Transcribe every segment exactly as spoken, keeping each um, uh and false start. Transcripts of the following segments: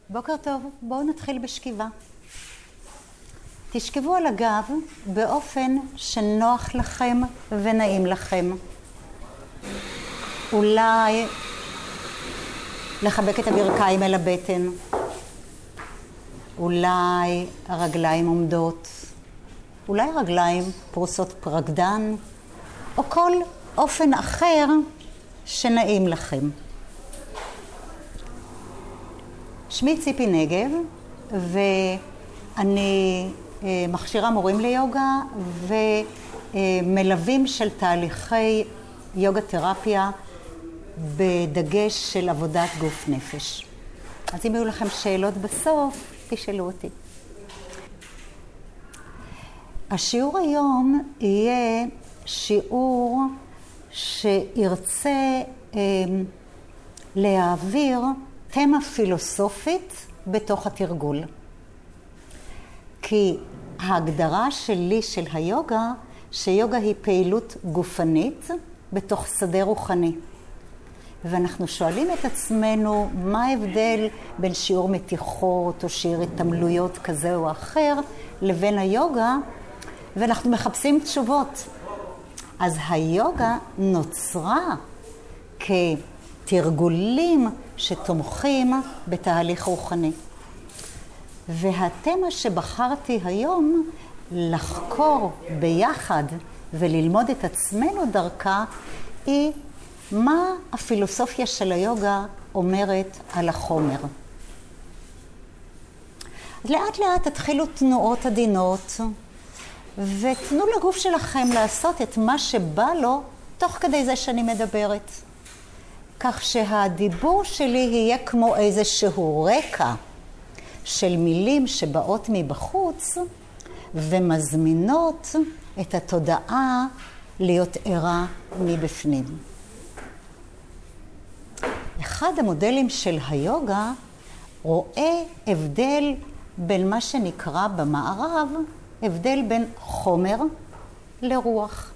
בוקר טוב, בואו נתחיל בשכיבה. תשכבו על הגב באופן שנוח לכם ונעים לכם. אולי לחבק את הברכיים אל הבטן. אולי הרגליים עומדות. אולי רגליים פרוסות פרקדן, או כל אופן אחר שנעים לכם. שמי ציפי נגב, ואני מכשירה מורים ליוגה ומלווים של תהליכי יוגה תרפיה בדגש של עבודת גוף נפש. אז אם יהיו לכם שאלות בסוף, תשאלו אותי. השיעור היום יהיה שיעור שירצה אה, להעביר תמה פילוסופית בתוך התרגול. כי ההגדרה שלי של היוגה, שיוגה היא פעילות גופנית בתוך שדה רוחני. ואנחנו שואלים את עצמנו מה ההבדל בין שיעור מתיחות או שיעור התעמלויות כזה או אחר לבין היוגה, ואנחנו מחפשים תשובות. אז היוגה נוצרה כתרגולים שתומכים בתהליך רוחני. והתמה שבחרתי היום לחקור ביחד וללמוד את עצמנו דרכה היא מה הפילוסופיה של היוגה אומרת על החומר. לאט לאט תתחילו תנועות עדינות ותנו לגוף שלכם לעשות את מה שבא לו תוך כדי זה שאני מדברת. כך שהדיבור שלי יהיה כמו איזשהו רקע של מילים שבאות מבחוץ ומזמינות את התודעה להיות ערה מבפנים. אחד המודלים של היוגה רואה הבדל בין מה שנקרא במערב, הבדל בין חומר לרוח.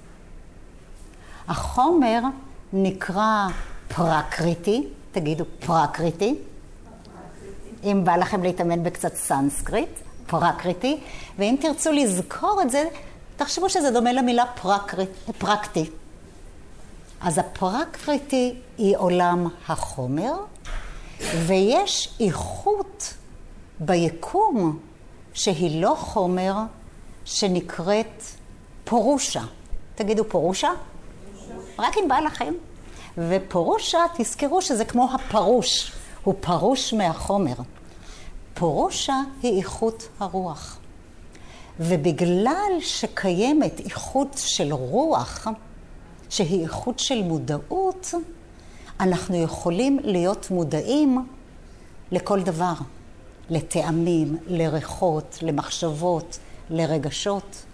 החומר נקרא פרקריטי, תגידו פרקריטי, אם בא לכם להתאמן בקצת סנסקריט, פרקריטי, ואם תרצו לזכור את זה, תחשבו שזה דומה למילה פרקריט, פרקטי. אז הפרקריטי היא עולם החומר, ויש איכות ביקום שהיא לא חומר, שנקראת פורושה. תגידו פורושה? רק אם בא לכם. ופורושה, תזכרו שזה כמו הפרוש, הוא פרוש מהחומר. פורושה היא איכות הרוח. ובגלל שקיימת איכות של רוח, שהיא איכות של מודעות, אנחנו יכולים להיות מודעים לכל דבר. לטעמים, לריחות, למחשבות, לרגשות.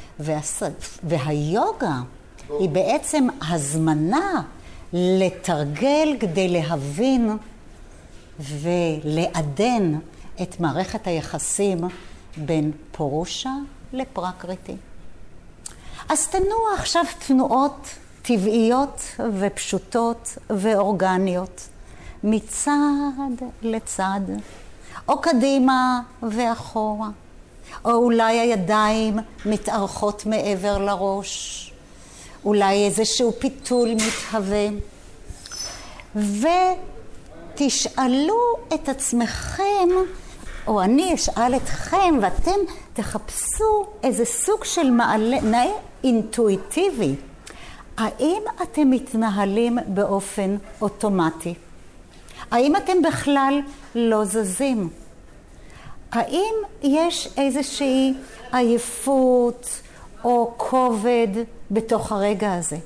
והיוגה היא בעצם הזמנה לתרגל כדי להבין ולעדן את מערכת היחסים בין פורושה לפרקריטי. אז תנוע עכשיו תנועות טבעיות ופשוטות ואורגניות, מצד לצד, או קדימה ואחורה, או אולי הידיים מתארכות מעבר לראש, אולי איזשהו פיתול מתהווה. ותשאלו את עצמכם, או אני אשאל אתכם, ואתם תחפשו איזה סוג של מענה אינטואיטיבי. האם אתם מתנהלים באופן אוטומטי? האם אתם בכלל לא זזים? האם יש איזושהי עייפות או כובד בתוך הרגע הזה?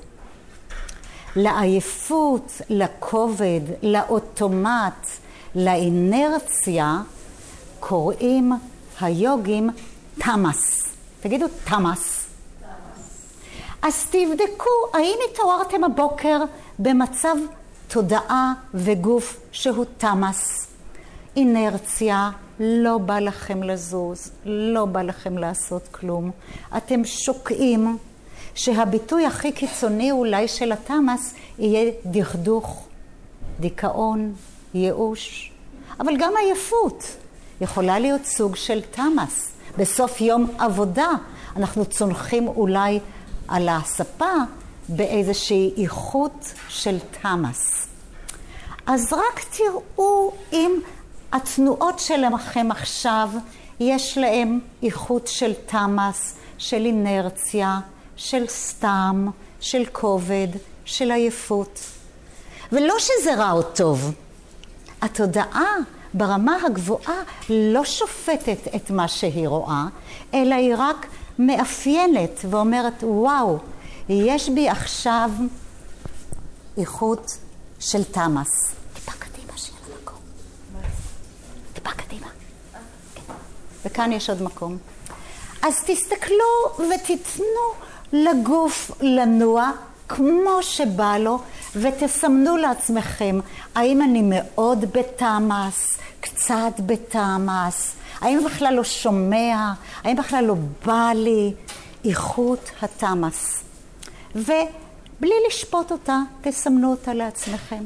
לעייפות, לכובד, לאוטומט, לאינרציה, קוראים היוגים תמאס. תגידו תמאס. אז תבדקו, האם התעוררתם הבוקר במצב תודעה וגוף שהוא תמאס? אינרציה, לא בא לכם לזוז, לא בא לכם לעשות כלום. אתם שוקעים, שהביטוי הכי קיצוני אולי של התמאס יהיה דכדוך, דיכאון, ייאוש. אבל גם עייפות יכולה להיות סוג של תמאס. בסוף יום עבודה אנחנו צונחים אולי על הספה באיזושהי איכות של תמאס. אז רק תראו אם התנועות שלכם עכשיו יש להם איכות של תמאס, של אינרציה, של סתם, של כובד, של עייפות. ולא שזה רע או טוב. התודעה ברמה הגבוהה לא שופטת את מה שהיא רואה, אלא היא רק מאפיינת ואומרת, וואו, יש בי עכשיו איכות של תמאס. טיפה קדימה שיהיה למקום. טיפה קדימה. כן. וכאן יש עוד מקום. אז תסתכלו ותתנו לגוף לנוע כמו שבא לו, ותסמנו לעצמכם, האם אני מאוד בתמאס, קצת בתמאס, האם בכלל לא שומע, האם בכלל לא בא לי, איכות התמאס. ובלי לשפוט אותה, תסמנו אותה לעצמכם.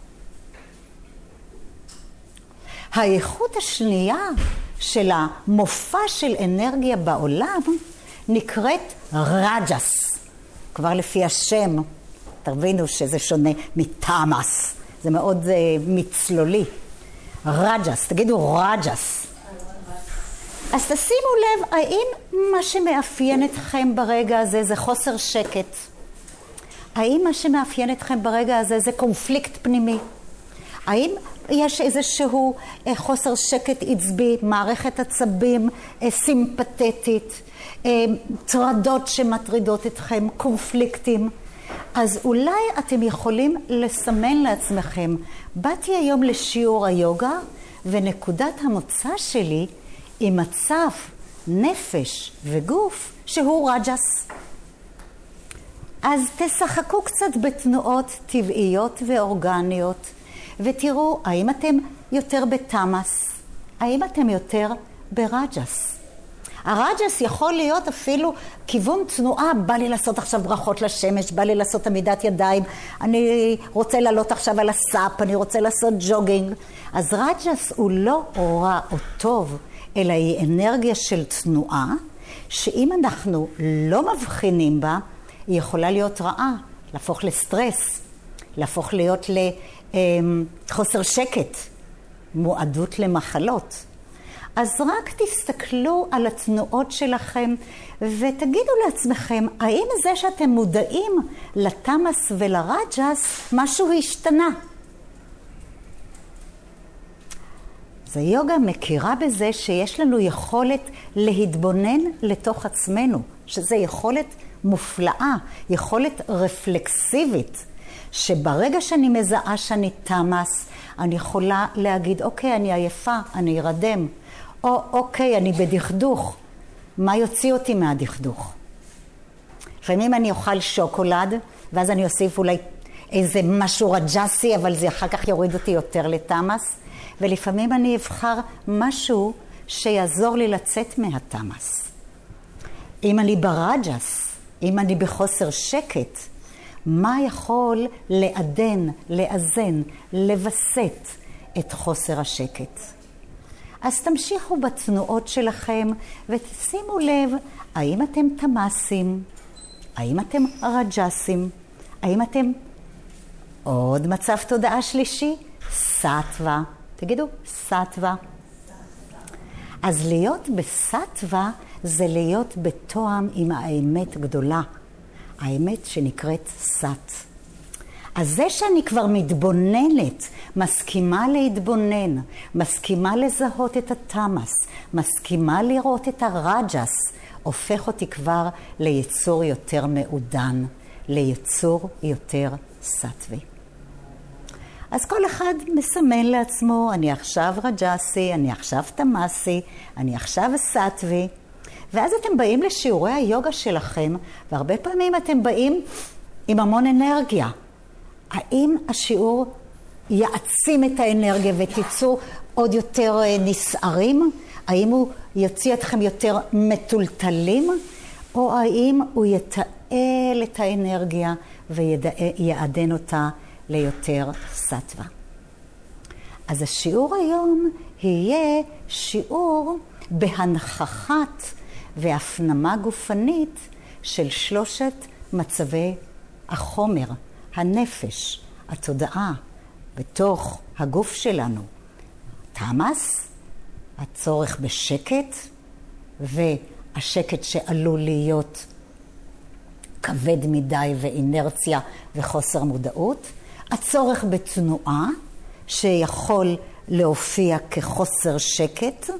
האיכות השנייה של המופע של אנרגיה בעולם נקראת רג'ס. כבר לפי השם, תבינו שזה שונה מתמאס. זה מאוד uh, מצלולי. רג'ס, תגידו רג'ס. אז תשימו לב, האם מה שמאפיין אתכם ברגע הזה זה חוסר שקט? האם מה שמאפיין אתכם ברגע הזה זה קונפליקט פנימי? האם יש איזשהו uh, חוסר שקט עצבי, מערכת עצבים uh, סימפתטית, uh, טרדות שמטרידות אתכם, קונפליקטים? אז אולי אתם יכולים לסמן לעצמכם, באתי היום לשיעור היוגה, ונקודת המוצא שלי היא מצב נפש וגוף שהוא רג'ס. אז תשחקו קצת בתנועות טבעיות ואורגניות, ותראו האם אתם יותר בתמאס, האם אתם יותר ברג'ס. הרג'ס יכול להיות אפילו כיוון תנועה, בא לי לעשות עכשיו ברכות לשמש, בא לי לעשות עמידת ידיים, אני רוצה לעלות עכשיו על הסאפ, אני רוצה לעשות ג'וגינג. אז רג'ס הוא לא רע או טוב, אלא היא אנרגיה של תנועה, שאם אנחנו לא מבחינים בה, היא יכולה להיות רעה, להפוך לסטרס, להפוך להיות לחוסר שקט, מועדות למחלות. אז רק תסתכלו על התנועות שלכם ותגידו לעצמכם, האם זה שאתם מודעים לתמאס ולרג'ס, משהו השתנה? אז היוגה מכירה בזה שיש לנו יכולת להתבונן לתוך עצמנו, שזה יכולת מופלאה, יכולת רפלקסיבית, שברגע שאני מזהה שאני תמאס, אני יכולה להגיד, אוקיי, אני עייפה, אני ארדם. או אוקיי, אני בדכדוך, מה יוציא אותי מהדכדוך? לפעמים אני אוכל שוקולד, ואז אני אוסיף אולי איזה משהו רג'סי, אבל זה אחר כך יוריד אותי יותר לתמאס, ולפעמים אני אבחר משהו שיעזור לי לצאת מהתמאס. אם אני ברג'ס, אם אני בחוסר שקט, מה יכול לעדן, לאזן, לבסט את חוסר השקט? אז תמשיכו בתנועות שלכם ותשימו לב, האם אתם תמאסים, האם אתם רג'סים, האם אתם עוד מצב תודעה שלישי, סטווה. תגידו, סטווה. אז להיות בסטווה זה להיות בתואם עם האמת גדולה, האמת שנקראת סט. אז זה שאני כבר מתבוננת, מסכימה להתבונן, מסכימה לזהות את התמאס, מסכימה לראות את הרג'ס, הופך אותי כבר ליצור יותר מעודן, ליצור יותר סטווי. אז כל אחד מסמן לעצמו, אני עכשיו רג'סי, אני עכשיו תמאסי, אני עכשיו סטווי, ואז אתם באים לשיעורי היוגה שלכם, והרבה פעמים אתם באים עם המון אנרגיה. האם השיעור יעצים את האנרגיה ותיצאו עוד יותר נסערים? האם הוא יוציא אתכם יותר מטולטלים? או האם הוא יתעל את האנרגיה ויעדן אותה ליותר סטווה? אז השיעור היום יהיה שיעור בהנכחת והפנמה גופנית של שלושת מצבי החומר, הנפש, התודעה, בתוך הגוף שלנו. תמאס, הצורך בשקט, והשקט שעלול להיות כבד מדי ואינרציה וחוסר מודעות. הצורך בתנועה, שיכול להופיע כחוסר שקט,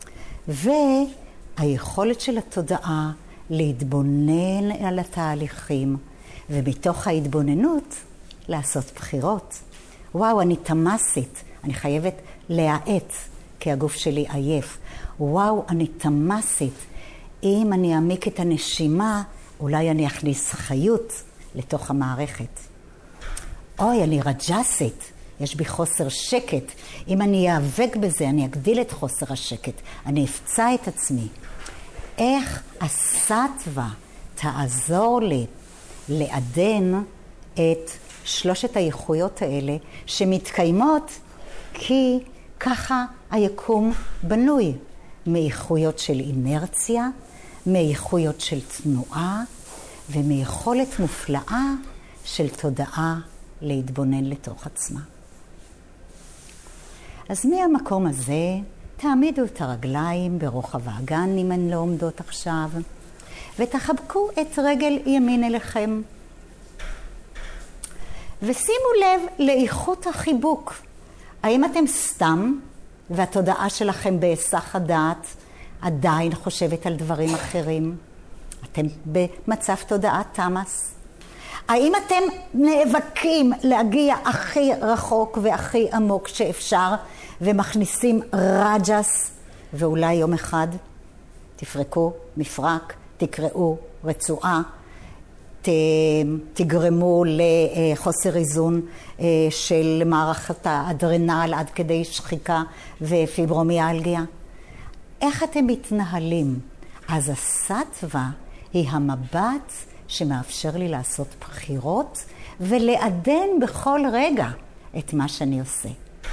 והיכולת של התודעה להתבונן על התהליכים, ומתוך ההתבוננות לעשות בחירות. וואו, אני תמאסית, אני חייבת להאט, כי הגוף שלי עייף. וואו, אני תמאסית, אם אני אעמיק את הנשימה, אולי אני אכניס חיות לתוך המערכת. אוי, אני רג'סית, יש בי חוסר שקט. אם אני אאבק בזה, אני אגדיל את חוסר השקט, אני אפצע את עצמי. איך הסטווה תעזור לי לעדן את שלושת האיכויות האלה שמתקיימות כי ככה היקום בנוי, מאיכויות של אינרציה, מאיכויות של תנועה ומיכולת מופלאה של תודעה להתבונן לתוך עצמה. אז מהמקום הזה תעמידו את הרגליים ברוחב האגן אם הן לא עומדות עכשיו, ותחבקו את רגל ימין אליכם. ושימו לב לאיכות החיבוק. האם אתם סתם והתודעה שלכם בהיסח הדעת עדיין חושבת על דברים אחרים? אתם במצב תודעת תמאס? האם אתם נאבקים להגיע הכי רחוק והכי עמוק שאפשר ומכניסים רג'ס, ואולי יום אחד תפרקו מפרק, תקראו רצועה, ת, תגרמו לחוסר איזון של מערכת האדרנל עד כדי שחיקה ופיברומיאלגיה? איך אתם מתנהלים? אז הסטווה היא המבט שמאפשר לי לעשות בחירות ולעדן בכל רגע את מה שאני עושה.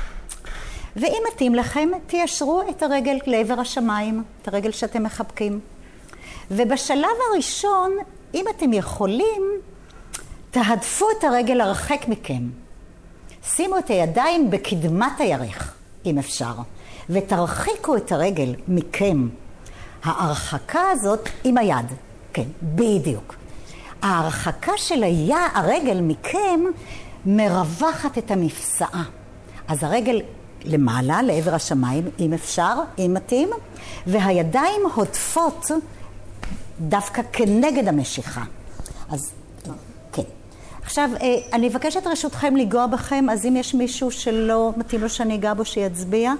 ואם מתאים לכם, תיישרו את הרגל לעבר השמיים, את הרגל שאתם מחבקים. ובשלב הראשון, אם אתם יכולים, תהדפו את הרגל הרחק מכם. שימו את הידיים בקדמת הירך, אם אפשר, ותרחיקו את הרגל מכם. ההרחקה הזאת עם היד, כן, בדיוק. ההרחקה של היד, הרגל מכם, מרווחת את המפסעה. אז הרגל למעלה, לעבר השמיים, אם אפשר, אם מתאים, והידיים הודפות דווקא כנגד המשיכה. אז, כן. עכשיו, אני אבקש את רשותכם לגוע בכם, אז אם יש מישהו שלא מתאים לו שאני אגע בו, שיצביע.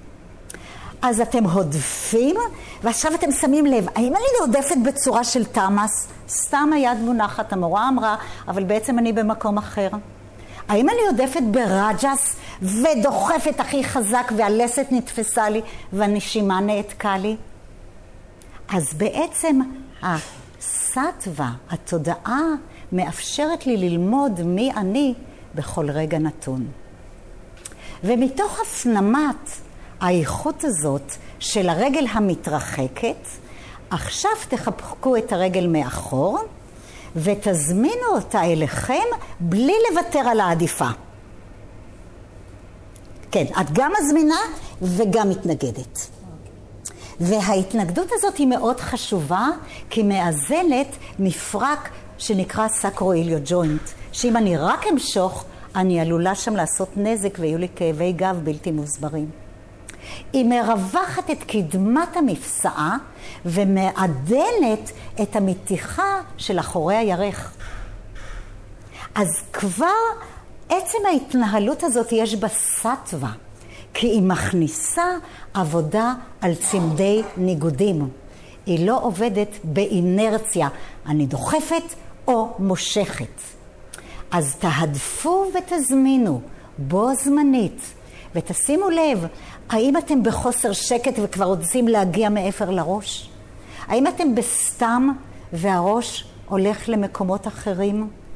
אז אתם הודפים, ועכשיו אתם שמים לב, האם אני לא הודפת בצורה של תמאס? סתם היד מונחת, המורה אמרה, אבל בעצם אני במקום אחר. האם אני הודפת ברג'ס ודוחפת הכי חזק והלסת נתפסה לי והנשימה נעתקה לי? אז בעצם הסטווה, התודעה, מאפשרת לי ללמוד מי אני בכל רגע נתון. ומתוך הפנמת האיכות הזאת של הרגל המתרחקת, עכשיו תחבקו את הרגל מאחור, ותזמינו אותה אליכם בלי לוותר על העדיפה. כן, את גם מזמינה וגם מתנגדת. וההתנגדות הזאת היא מאוד חשובה, כי מאזנת מפרק שנקרא סקרואיליו ג'וינט, שאם אני רק אמשוך, אני עלולה שם לעשות נזק ויהיו לי כאבי גב בלתי מוסברים. היא מרווחת את קדמת המפסעה ומעדנת את המתיחה של אחורי הירך. אז כבר עצם ההתנהלות הזאת יש בה סטווה, כי היא מכניסה עבודה על צמדי ניגודים. היא לא עובדת באינרציה, אני דוחפת או מושכת. אז תהדפו ותזמינו בו זמנית, ותשימו לב, האם אתם בחוסר שקט וכבר רוצים להגיע מעבר לראש? האם אתם בסתם והראש הולך למקומות אחרים?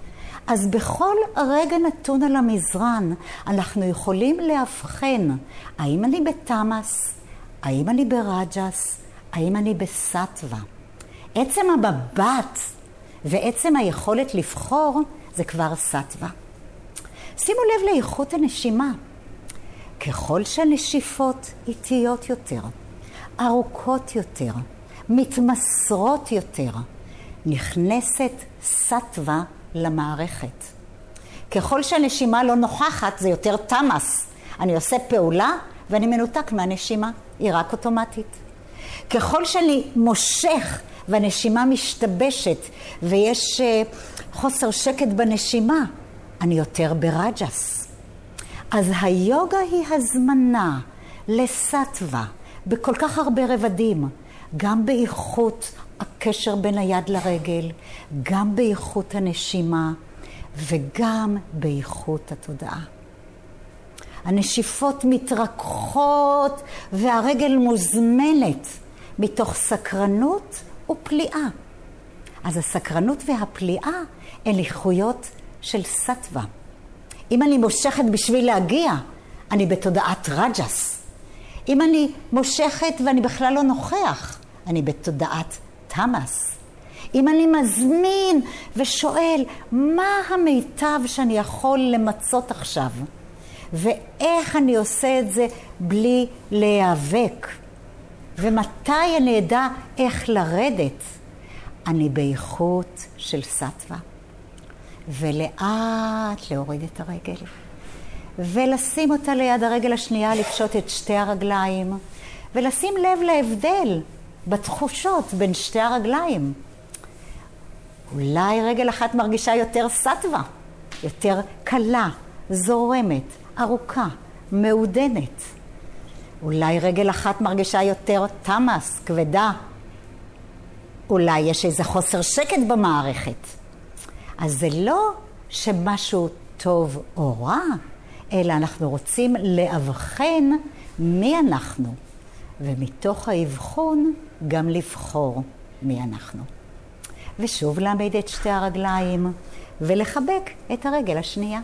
אז בכל רגע נתון על המזרן, אנחנו יכולים להבחן, האם אני בתמאס, האם אני ברג'ס, האם אני בסטווה. עצם המבט ועצם היכולת לבחור זה כבר סטווה. שימו לב לאיכות הנשימה. ככל שהנשיפות איטיות יותר, ארוכות יותר, מתמסרות יותר, נכנסת סטווה למערכת. ככל שהנשימה לא נוכחת, זה יותר תמאס. אני עושה פעולה ואני מנותק מהנשימה, היא רק אוטומטית. ככל שאני מושך והנשימה משתבשת ויש חוסר שקט בנשימה, אני יותר ברג'ס. אז היוגה היא הזמנה לסטווה בכל כך הרבה רבדים, גם באיכות הקשר בין היד לרגל, גם באיכות הנשימה וגם באיכות התודעה. הנשיפות מתרככות והרגל מוזמנת מתוך סקרנות ופליאה. אז הסקרנות והפליאה הן איכויות של סטווה. אם אני מושכת בשביל להגיע, אני בתודעת רג'ס. אם אני מושכת ואני בכלל לא נוכח, אני בתודעת תמאס. אם אני מזמין ושואל מה המיטב שאני יכול למצות עכשיו, ואיך אני עושה את זה בלי להיאבק, ומתי אני אדע איך לרדת, אני באיכות של סטווה. ולאט להוריד את הרגל, ולשים אותה ליד הרגל השנייה, לפשוט את שתי הרגליים, ולשים לב להבדל בתחושות בין שתי הרגליים. אולי רגל אחת מרגישה יותר סטווה, יותר קלה, זורמת, ארוכה, מעודנת. אולי רגל אחת מרגישה יותר תמאס, כבדה. אולי יש איזה חוסר שקט במערכת. אז זה לא שמשהו טוב או רע, אלא אנחנו רוצים להבחן מי אנחנו, ומתוך האבחון גם לבחור מי אנחנו. ושוב להעמיד את שתי הרגליים ולחבק את הרגל השנייה.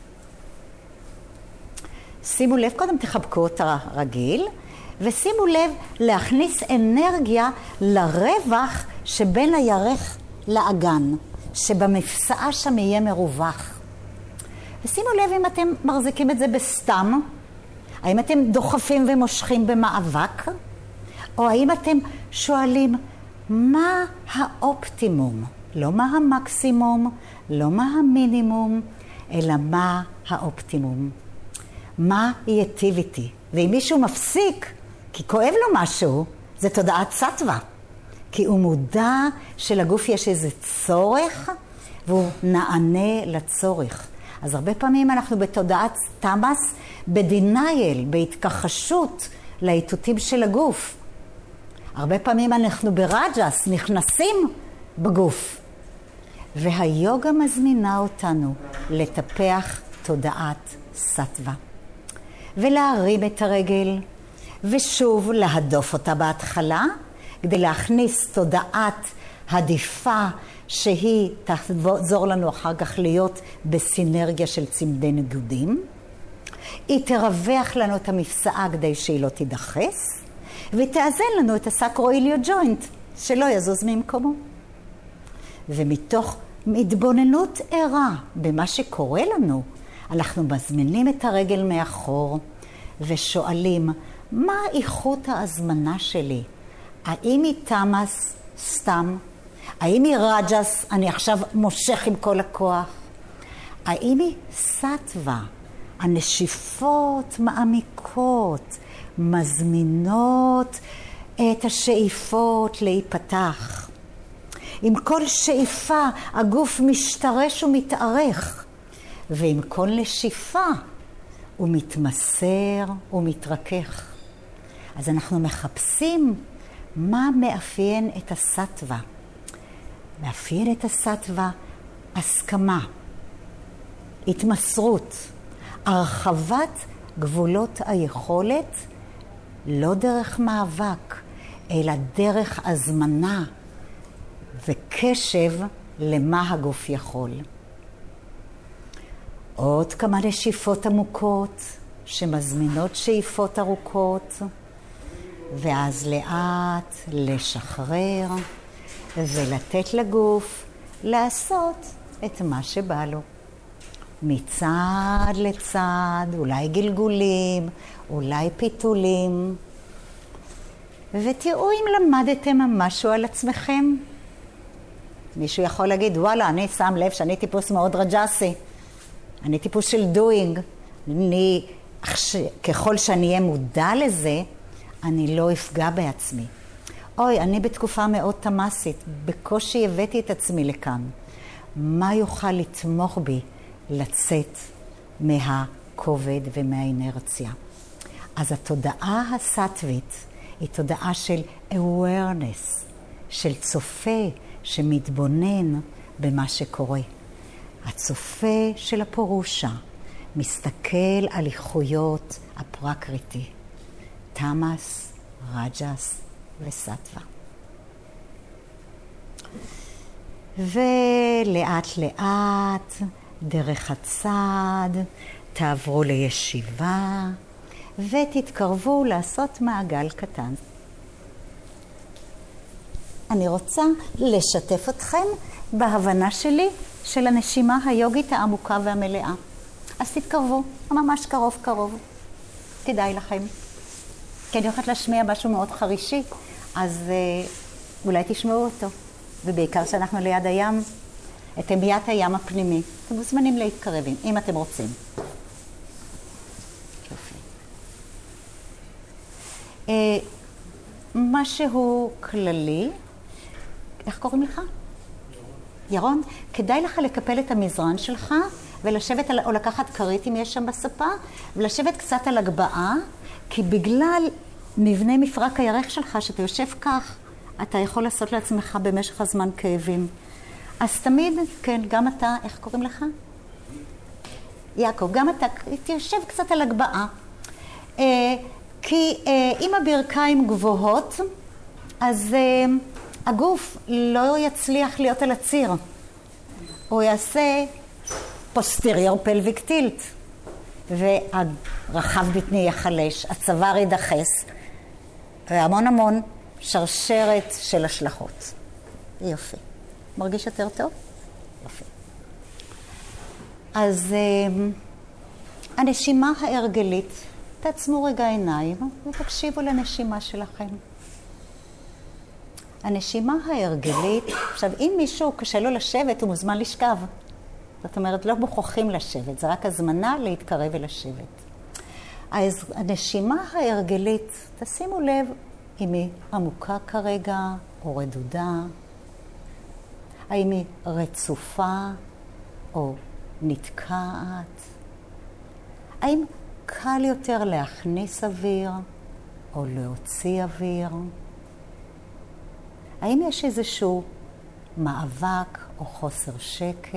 שימו לב, קודם תחבקו את הרגיל, ושימו לב להכניס אנרגיה לרווח שבין הירך לאגן, שבמפסעה שם יהיה מרווח. ושימו לב אם אתם מחזיקים את זה בסתם, האם אתם דוחפים ומושכים במאבק, או האם אתם שואלים מה האופטימום, לא מה המקסימום, לא מה המינימום, אלא מה האופטימום. מה ייטיב איתי? ואם מישהו מפסיק, כי כואב לו משהו, זה תודעת סטווה. כי הוא מודע שלגוף יש איזה צורך, והוא נענה לצורך. אז הרבה פעמים אנחנו בתודעת תמאס, בדינייל, בהתכחשות לאיתותים של הגוף. הרבה פעמים אנחנו ברג'ס, נכנסים בגוף. והיוגה מזמינה אותנו לטפח תודעת סטווה. ולהרים את הרגל, ושוב להדוף אותה בהתחלה, כדי להכניס תודעת עדיפה שהיא תעזור לנו אחר כך להיות בסינרגיה של צמדי נגודים. היא תרווח לנו את המפסעה כדי שהיא לא תדחס, ותאזן לנו את הסקרואיליו ג'וינט שלא יזוז ממקומו. ומתוך התבוננות ערה במה שקורה לנו, אנחנו מזמינים את הרגל מאחור ושואלים, מה איכות ההזמנה שלי? האם היא תמאס סתם? האם היא רג'ס, אני עכשיו מושך עם כל הכוח? האם היא סטווה, הנשיפות מעמיקות, מזמינות את השאיפות להיפתח? עם כל שאיפה הגוף משתרש ומתארך, ועם כל נשיפה הוא מתמסר ומתרכך. אז אנחנו מחפשים מה מאפיין את הסטווה. מאפיין את הסטווה הסכמה, התמסרות, הרחבת גבולות היכולת, לא דרך מאבק, אלא דרך הזמנה וקשב למה הגוף יכול. עוד כמה נשיפות עמוקות שמזמינות שאיפות ארוכות, ואז לאט לשחרר ולתת לגוף לעשות את מה שבא לו. מצד לצד, אולי גלגולים, אולי פיתולים. ותראו אם למדתם משהו על עצמכם. מישהו יכול להגיד, וואלה, אני שם לב שאני טיפוס מאוד רג'סי. אני טיפוס של doing. אני, ככל שאני אהיה מודע לזה, אני לא אפגע בעצמי. אוי, אני בתקופה מאוד תמסית, בקושי הבאתי את עצמי לכאן. מה יוכל לתמוך בי לצאת מהכובד ומהאינרציה? אז התודעה הסטווית היא תודעה של awareness, של צופה שמתבונן במה שקורה. הצופה של הפורושה מסתכל על איכויות הפרקריטי, תמאס, רג'ס וסטווה. ולאט לאט, דרך הצד, תעברו לישיבה ותתקרבו לעשות מעגל קטן. אני רוצה לשתף אתכם בהבנה שלי של הנשימה היוגית העמוקה והמלאה. אז תתקרבו, ממש קרוב קרוב. כדאי לכם. כי אני הולכת להשמיע משהו מאוד חרישי, אז אה, אולי תשמעו אותו. ובעיקר שאנחנו ליד הים, את המיית הים הפנימי. אתם מוזמנים להתקרב, אם אתם רוצים. יופי. אה, משהו כללי, איך קוראים לך? ירון. כדאי לך לקפל את המזרן שלך ולשבת על, או לקחת כרית אם יש שם בספה, ולשבת קצת על הגבעה, כי בגלל מבנה מפרק הירך שלך, שאתה יושב כך, אתה יכול לעשות לעצמך במשך הזמן כאבים. אז תמיד, כן, גם אתה, איך קוראים לך? יעקב, גם אתה, תישב קצת על הגבעה. אה, כי אה, אם הברכיים גבוהות, אז אה, הגוף לא יצליח להיות על הציר. הוא יעשה פוסטריור פלוויק טילט, והרחב בטני יחלש, הצוואר ידחס, והמון המון שרשרת של השלכות. יופי. מרגיש יותר טוב? יופי. אז הנשימה ההרגלית, תעצמו רגע עיניים ותקשיבו לנשימה שלכם. הנשימה ההרגלית, עכשיו אם מישהו קשה לו לשבת, הוא מוזמן לשכב. זאת אומרת, לא מוכרחים לשבת, זה רק הזמנה להתקרב ולשבת. אז הנשימה ההרגלית, תשימו לב אם היא עמוקה כרגע או רדודה, האם היא רצופה או נתקעת, האם קל יותר להכניס אוויר או להוציא אוויר, האם יש איזשהו מאבק או חוסר שקט,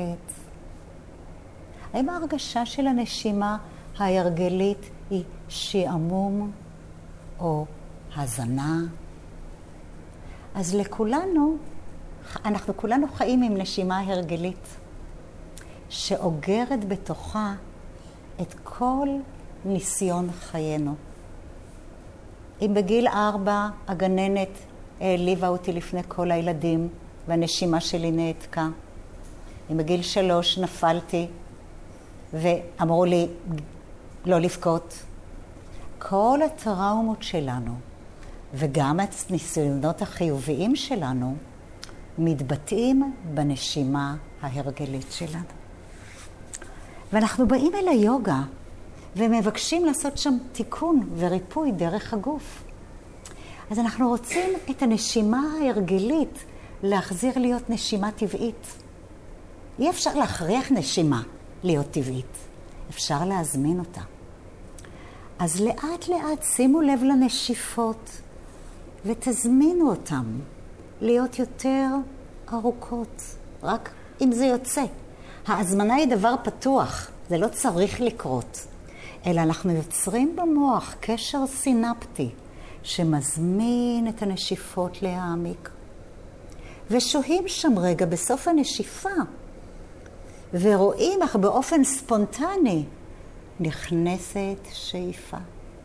האם ההרגשה של הנשימה ההרגלית היא שעמום או הזנה? אז לכולנו, אנחנו כולנו חיים עם נשימה הרגלית, שאוגרת בתוכה את כל ניסיון חיינו. אם בגיל ארבע הגננת העליבה אותי לפני כל הילדים, והנשימה שלי נעתקה. אם בגיל שלוש נפלתי, ואמרו לי לא לבכות. כל הטראומות שלנו, וגם הניסיונות החיוביים שלנו, מתבטאים בנשימה ההרגלית שלנו. ואנחנו באים אל היוגה, ומבקשים לעשות שם תיקון וריפוי דרך הגוף. אז אנחנו רוצים את הנשימה ההרגלית להחזיר להיות נשימה טבעית. אי אפשר להכריח נשימה להיות טבעית. אפשר להזמין אותה. אז לאט לאט שימו לב לנשיפות ותזמינו אותם להיות יותר ארוכות. רק אם זה יוצא. ההזמנה היא דבר פתוח. זה לא צריך לקרות. אלא אנחנו יוצרים במוח קשר סינפטי שמזמין את הנשיפות להעמיק. ושוהים שם רגע בסוף הנשיפה ורואים איך באופן ספונטני נכנסת שאיפה.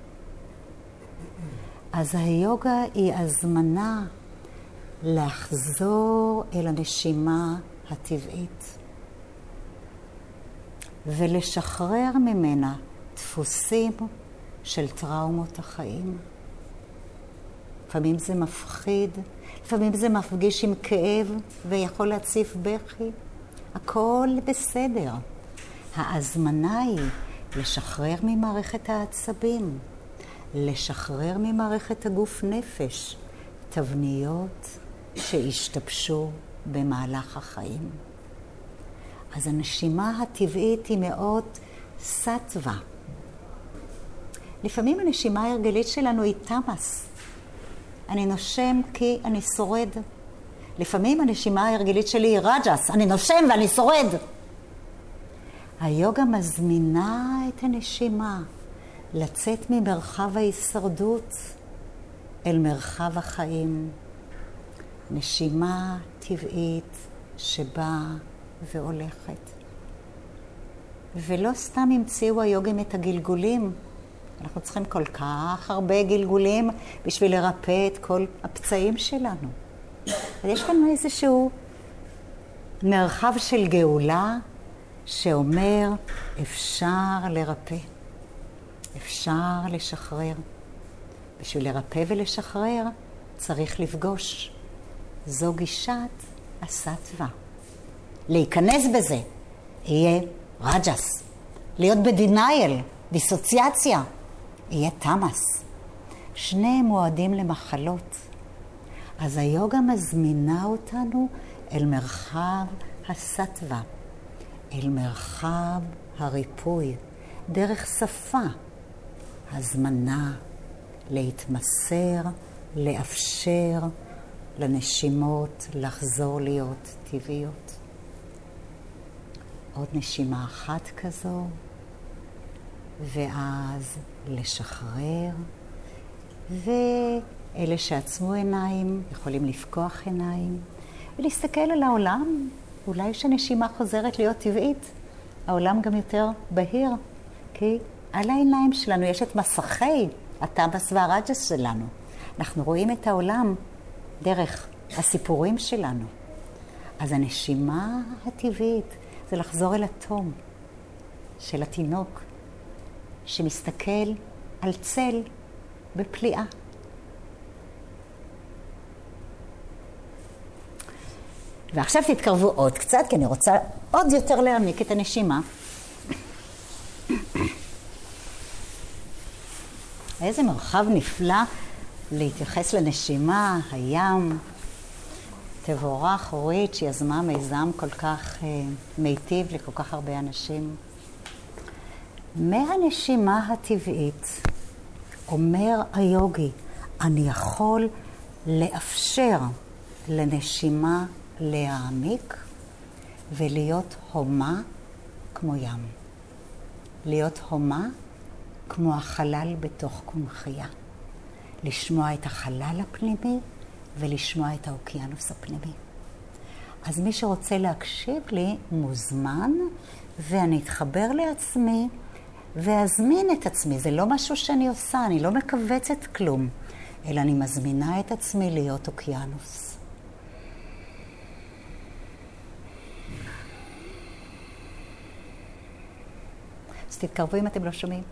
אז היוגה היא הזמנה לחזור אל הנשימה הטבעית ולשחרר ממנה דפוסים של טראומות החיים. לפעמים זה מפחיד, לפעמים זה מפגיש עם כאב ויכול להציף בכי. הכל בסדר. ההזמנה היא לשחרר ממערכת העצבים, לשחרר ממערכת הגוף נפש, תבניות שהשתבשו במהלך החיים. אז הנשימה הטבעית היא מאוד סטווה. לפעמים הנשימה ההרגלית שלנו היא תמאס. אני נושם כי אני שורד. לפעמים הנשימה ההרגלית שלי היא רג'ס. אני נושם ואני שורד. היוגה מזמינה את הנשימה לצאת ממרחב ההישרדות אל מרחב החיים. נשימה טבעית שבאה והולכת. ולא סתם המציאו היוגים את הגלגולים. אנחנו צריכים כל כך הרבה גלגולים בשביל לרפא את כל הפצעים שלנו. אז יש כאן איזשהו מרחב של גאולה שאומר אפשר לרפא, אפשר לשחרר. בשביל לרפא ולשחרר צריך לפגוש. זו גישת הסטווה. להיכנס בזה יהיה רג'ס. להיות בדינייל, דיסוציאציה, יהיה תמאס. שני מועדים למחלות. אז היוגה מזמינה אותנו אל מרחב הסטווה, אל מרחב הריפוי, דרך שפה, הזמנה, להתמסר, לאפשר לנשימות לחזור להיות טבעיות. עוד נשימה אחת כזו, ואז לשחרר, ואלה שעצמו עיניים יכולים לפקוח עיניים ולהסתכל על העולם. אולי שהנשימה חוזרת להיות טבעית, העולם גם יותר בהיר, כי על העיניים שלנו יש את מסכי התמאס והרג'ס שלנו. אנחנו רואים את העולם דרך הסיפורים שלנו. אז הנשימה הטבעית זה לחזור אל התום של התינוק שמסתכל על צל בפליאה. ועכשיו תתקרבו עוד קצת, כי אני רוצה עוד יותר להעמיק את הנשימה. איזה מרחב נפלא להתייחס לנשימה, הים. תבורך אורית שיזמה מיזם כל כך אה, מיטיב לכל כך הרבה אנשים. מהנשימה הטבעית אומר היוגי, אני יכול לאפשר לנשימה להעמיק ולהיות הומה כמו ים. להיות הומה כמו החלל בתוך קונחייה. לשמוע את החלל הפנימי ולשמוע את האוקיינוס הפנימי. אז מי שרוצה להקשיב לי מוזמן, ואני אתחבר לעצמי ואזמין את עצמי. זה לא משהו שאני עושה, אני לא מקבצת כלום, אלא אני מזמינה את עצמי להיות אוקיינוס. אז תתקרבו אם אתם לא שומעים.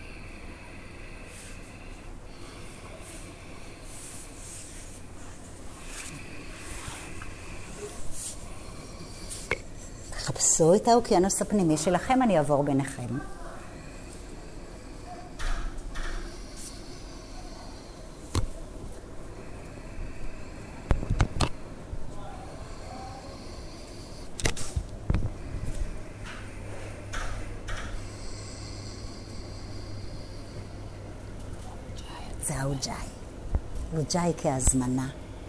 חפשו את האוקיינוס הפנימי שלכם, אני אעבור ביניכם. זה האוג'אי. אוג'אי כהזמנה.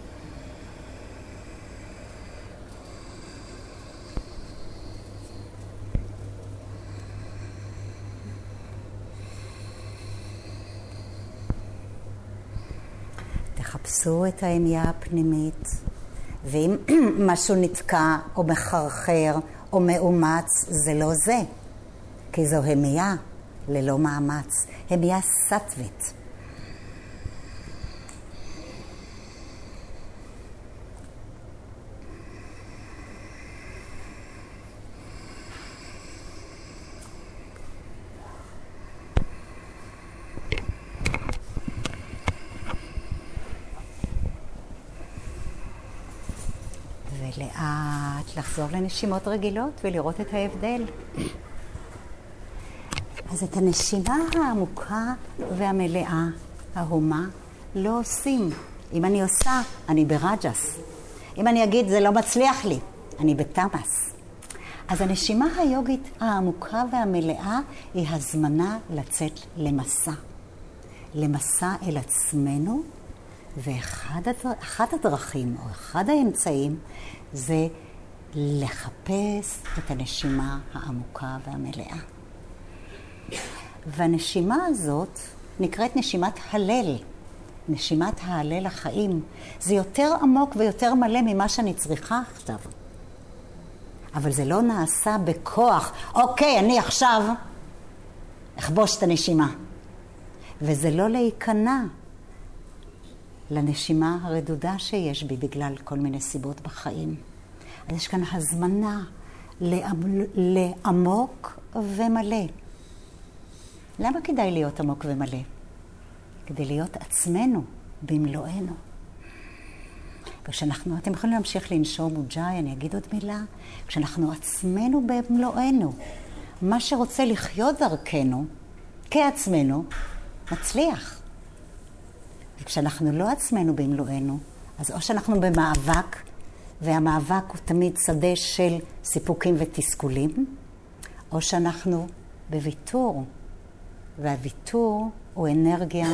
תחפשו את העמיה הפנימית, ואם משהו נתקע או מחרחר או מאומץ זה לא זה, כי זו המיה ללא מאמץ, המיה סטווית. ולאט לחזור לנשימות רגילות ולראות את ההבדל. אז את הנשימה העמוקה והמלאה, ההומה, לא עושים. אם אני עושה, אני ברג'ס. אם אני אגיד, זה לא מצליח לי, אני בתמאס. אז הנשימה היוגית העמוקה והמלאה היא הזמנה לצאת למסע. למסע אל עצמנו, ואחת הדרכים או אחד האמצעים זה לחפש את הנשימה העמוקה והמלאה. והנשימה הזאת נקראת נשימת הלל, נשימת ההלל החיים. זה יותר עמוק ויותר מלא ממה שאני צריכה עכשיו. אבל זה לא נעשה בכוח. אוקיי, אני עכשיו אכבוש את הנשימה. וזה לא להיכנע לנשימה הרדודה שיש בי בגלל כל מיני סיבות בחיים. אז יש כאן הזמנה לעמוק ומלא. למה כדאי להיות עמוק ומלא? כדי להיות עצמנו במלואנו. וכשאנחנו, אתם יכולים להמשיך לנשום וג'אי, אני אגיד עוד מילה. כשאנחנו עצמנו במלואנו, מה שרוצה לחיות דרכנו, כעצמנו, מצליח. וכשאנחנו לא עצמנו במלואנו, אז או שאנחנו במאבק, והמאבק הוא תמיד שדה של סיפוקים ותסכולים, או שאנחנו בוויתור, והוויתור הוא אנרגיה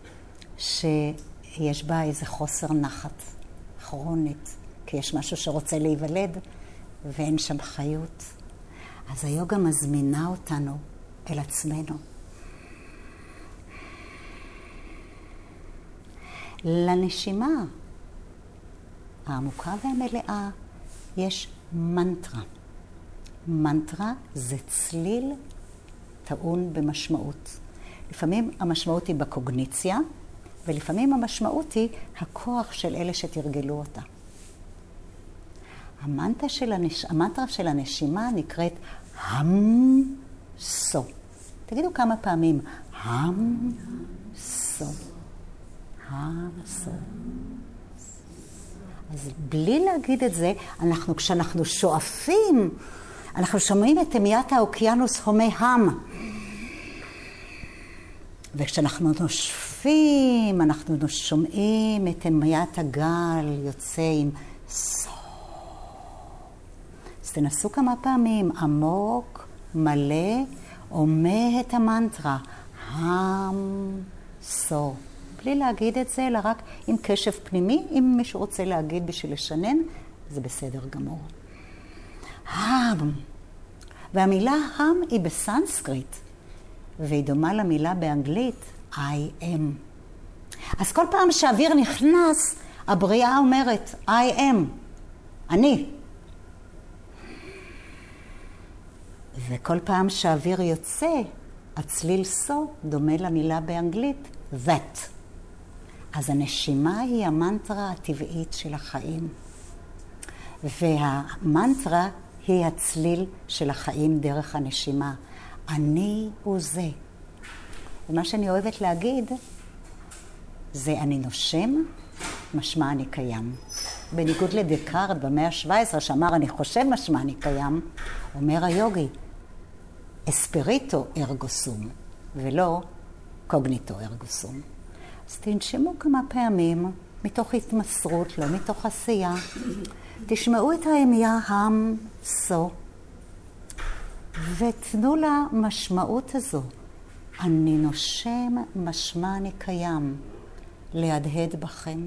שיש בה איזה חוסר נחת כרונית, כי יש משהו שרוצה להיוולד ואין שם חיות. אז היוגה מזמינה אותנו אל עצמנו. לנשימה העמוקה והמלאה יש מנטרה. מנטרה זה צליל טעון במשמעות. לפעמים המשמעות היא בקוגניציה, ולפעמים המשמעות היא הכוח של אלה שתרגלו אותה. המנטרה של, הנש... המנטרה של הנשימה נקראת הם סו. תגידו כמה פעמים, הם סו. הם סו. אז בלי להגיד את זה, אנחנו, כשאנחנו שואפים, אנחנו שומעים את המיית האוקיינוס הומי הם. וכשאנחנו נושפים, אנחנו שומעים את המיית הגל יוצא עם סו. אז תנסו כמה פעמים, עמוק, מלא, אומר את המנטרה, הם סו. בלי להגיד את זה, אלא רק עם קשב פנימי, אם מישהו רוצה להגיד בשביל לשנן, זה בסדר גמור. הם. והמילה הם היא בסנסקריט, והיא דומה למילה באנגלית, I am. אז כל פעם שהאוויר נכנס, הבריאה אומרת, I am, אני. וכל פעם שהאוויר יוצא, הצליל סו דומה למילה באנגלית, that. אז הנשימה היא המנטרה הטבעית של החיים. והמנטרה היא הצליל של החיים דרך הנשימה. אני הוא זה. ומה שאני אוהבת להגיד, זה אני נושם, משמע אני קיים. בניגוד לדקארט במאה ה-שבע עשרה שאמר אני חושב משמע אני קיים, אומר היוגי, אספריטו ארגו סום, ולא קוגניטו ארגו סום. אז תנשמו כמה פעמים, מתוך התמסרות, לא מתוך עשייה. תשמעו את ההמייה הם סו, ותנו לה משמעות הזו. אני נושם, משמע אני קיים, להדהד בכם.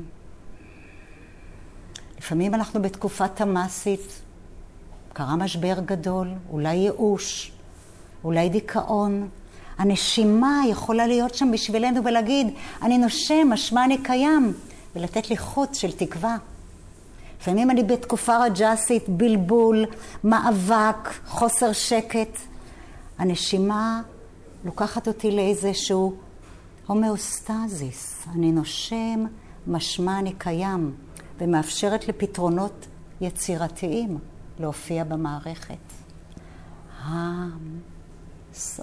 לפעמים אנחנו בתקופה תמאסית, קרה משבר גדול, אולי ייאוש, אולי דיכאון. הנשימה יכולה להיות שם בשבילנו ולהגיד, אני נושם, משמע אני קיים, ולתת לי חוט של תקווה. לפעמים אני בתקופה רג'סית, בלבול, מאבק, חוסר שקט. הנשימה לוקחת אותי לאיזשהו הומאוסטזיס. אני נושם, משמע אני קיים, ומאפשרת לפתרונות יצירתיים להופיע במערכת. הם, סו.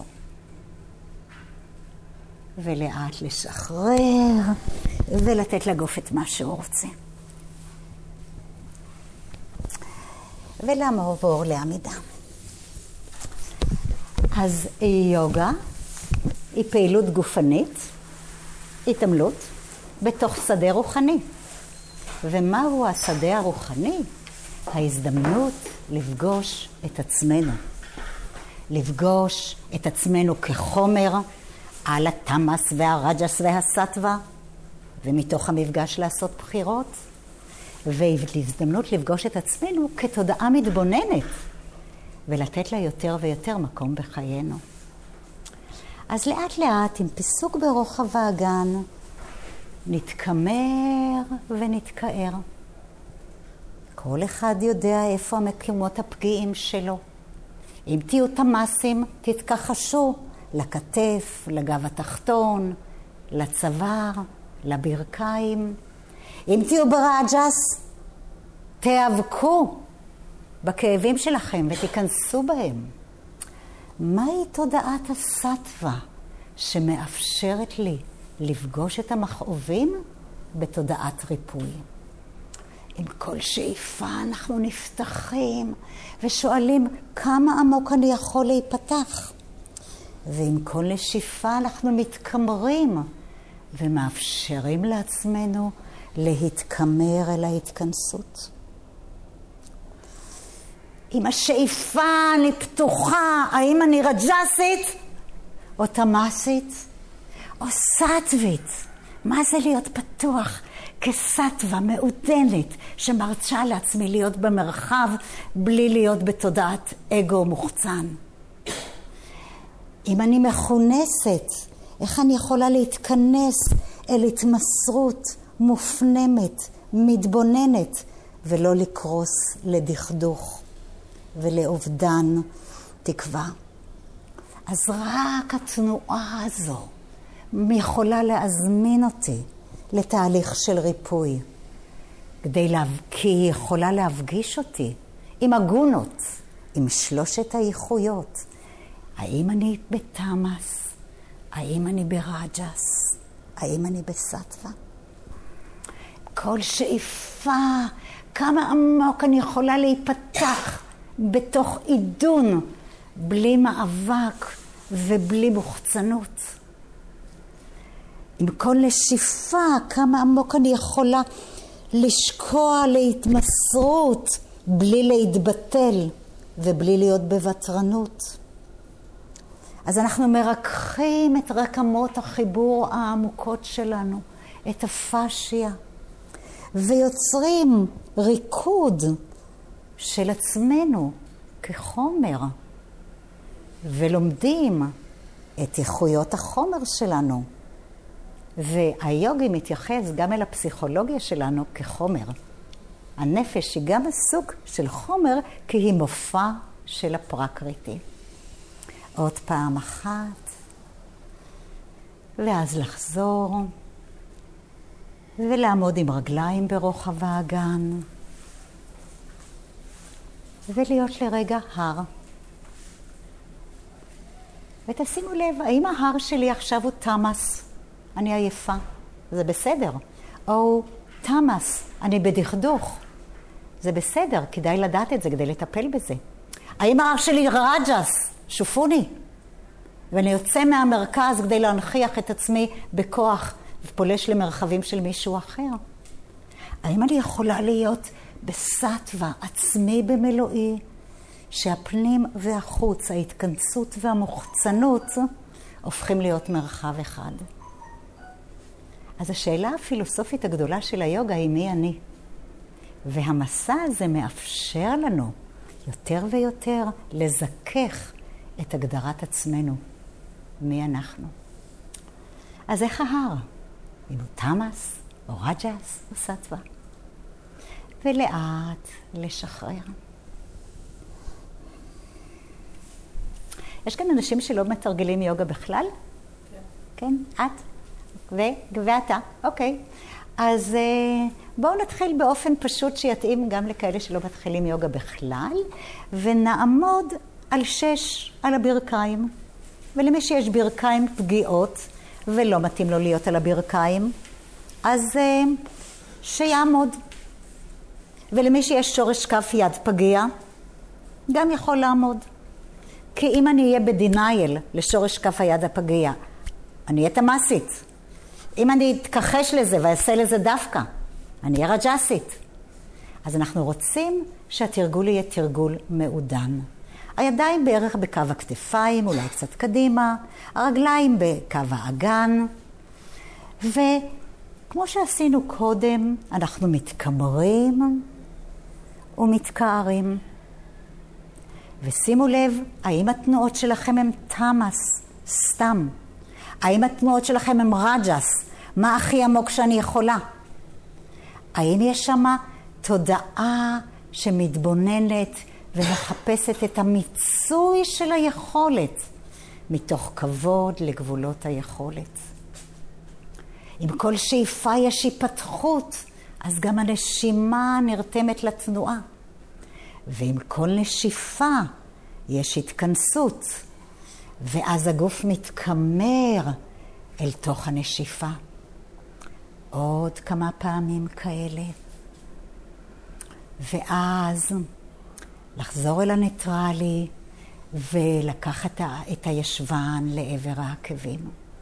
ולאט לשחרר, ולתת לגוף את מה שהוא רוצה. ולעבור לעמידה. אז יוגה היא פעילות גופנית, התעמלות, בתוך שדה רוחני. ומהו השדה הרוחני? ההזדמנות לפגוש את עצמנו. לפגוש את עצמנו כחומר על התמאס והרג'ס והסטווה, ומתוך המפגש לעשות בחירות, והזדמנות לפגוש את עצמנו כתודעה מתבוננת, ולתת לה יותר ויותר מקום בחיינו. אז לאט לאט, עם פיסוק ברוחב האגן, נתקמר ונתקער. כל אחד יודע איפה המקומות הפגיעים שלו. אם תהיו תמאסים, תתכחשו לכתף, לגב התחתון, לצוואר, לברכיים. אם תהיו ברג'ס, תיאבקו בכאבים שלכם ותיכנסו בהם. מהי תודעת הסטווה שמאפשרת לי לפגוש את המכאובים בתודעת ריפוי? עם כל שאיפה אנחנו נפתחים ושואלים כמה עמוק אני יכול להיפתח. ועם כל נשיפה אנחנו מתקמרים ומאפשרים לעצמנו להתקמר אל ההתכנסות. עם השאיפה אני פתוחה, האם אני רג'סית או תמאסית או סטווית? מה זה להיות פתוח כסטווה מעודנת שמרשה לעצמי להיות במרחב בלי להיות בתודעת אגו מוחצן? אם אני מכונסת, איך אני יכולה להתכנס אל התמסרות מופנמת, מתבוננת, ולא לקרוס לדכדוך ולאובדן תקווה? אז רק התנועה הזו יכולה להזמין אותי לתהליך של ריפוי, כדי לה... כי היא יכולה להפגיש אותי עם הגונות, עם שלושת האיכויות. האם אני בתמאס? האם אני ברג'ס? האם אני בסטווה? כל שאיפה, כמה עמוק אני יכולה להיפתח בתוך עידון, בלי מאבק ובלי מוחצנות. עם כל נשיפה, כמה עמוק אני יכולה לשקוע להתמסרות, בלי להתבטל ובלי להיות בוותרנות. אז אנחנו מרככים את רקמות החיבור העמוקות שלנו, את הפאשיה, ויוצרים ריקוד של עצמנו כחומר, ולומדים את איכויות החומר שלנו. והיוגי מתייחס גם אל הפסיכולוגיה שלנו כחומר. הנפש היא גם הסוג של חומר, כי היא מופע של הפרקריטי. עוד פעם אחת, ואז לחזור, ולעמוד עם רגליים ברוחב האגן, ולהיות לרגע הר. ותשימו לב, האם ההר שלי עכשיו הוא תמאס? אני עייפה, זה בסדר. או תמאס, אני בדכדוך, זה בסדר, כדאי לדעת את זה כדי לטפל בזה. האם ההר שלי רג'ס? שופוני. ואני יוצא מהמרכז כדי להנכיח את עצמי בכוח ופולש למרחבים של מישהו אחר. האם אני יכולה להיות בסטווה, עצמי במלואי, שהפנים והחוץ, ההתכנסות והמוחצנות, הופכים להיות מרחב אחד? אז השאלה הפילוסופית הגדולה של היוגה היא מי אני? והמסע הזה מאפשר לנו יותר ויותר לזכך את הגדרת עצמנו, מי אנחנו. אז איך ההר? אם הוא תמאס או רג'ס או סטווה? ולאט לשחרר. יש כאן אנשים שלא מתרגלים יוגה בכלל? כן. כן? את? ו... ואתה? אוקיי. אז בואו נתחיל באופן פשוט שיתאים גם לכאלה שלא מתחילים יוגה בכלל, ונעמוד על שש על הברכיים. ולמי שיש ברכיים פגיעות ולא מתאים לו להיות על הברכיים, אז שיעמוד. ולמי שיש שורש כף יד פגיע, גם יכול לעמוד. כי אם אני אהיה בדינייל לשורש כף היד הפגיע, אני אהיה תמאסית. אם אני אתכחש לזה ואעשה לזה דווקא, אני אהיה רג'סית. אז אנחנו רוצים שהתרגול יהיה תרגול מעודן. הידיים בערך בקו הכתפיים, אולי קצת קדימה, הרגליים בקו האגן, וכמו שעשינו קודם, אנחנו מתקמרים ומתקערים. ושימו לב, האם התנועות שלכם הם תמאס, סתם? האם התנועות שלכם הם רג'ס? מה הכי עמוק שאני יכולה? האם יש שם תודעה שמתבוננת ומחפשת את המיצוי של היכולת מתוך כבוד לגבולות היכולת? עם כל שאיפה יש היפתחות, אז גם הנשימה נרתמת לתנועה. ועם כל נשיפה יש התכנסות, ואז הגוף מתקמר אל תוך הנשיפה. עוד כמה פעמים כאלה. ואז לחזור אל הניטרלי ולקחת את הישבן לעבר העקבים.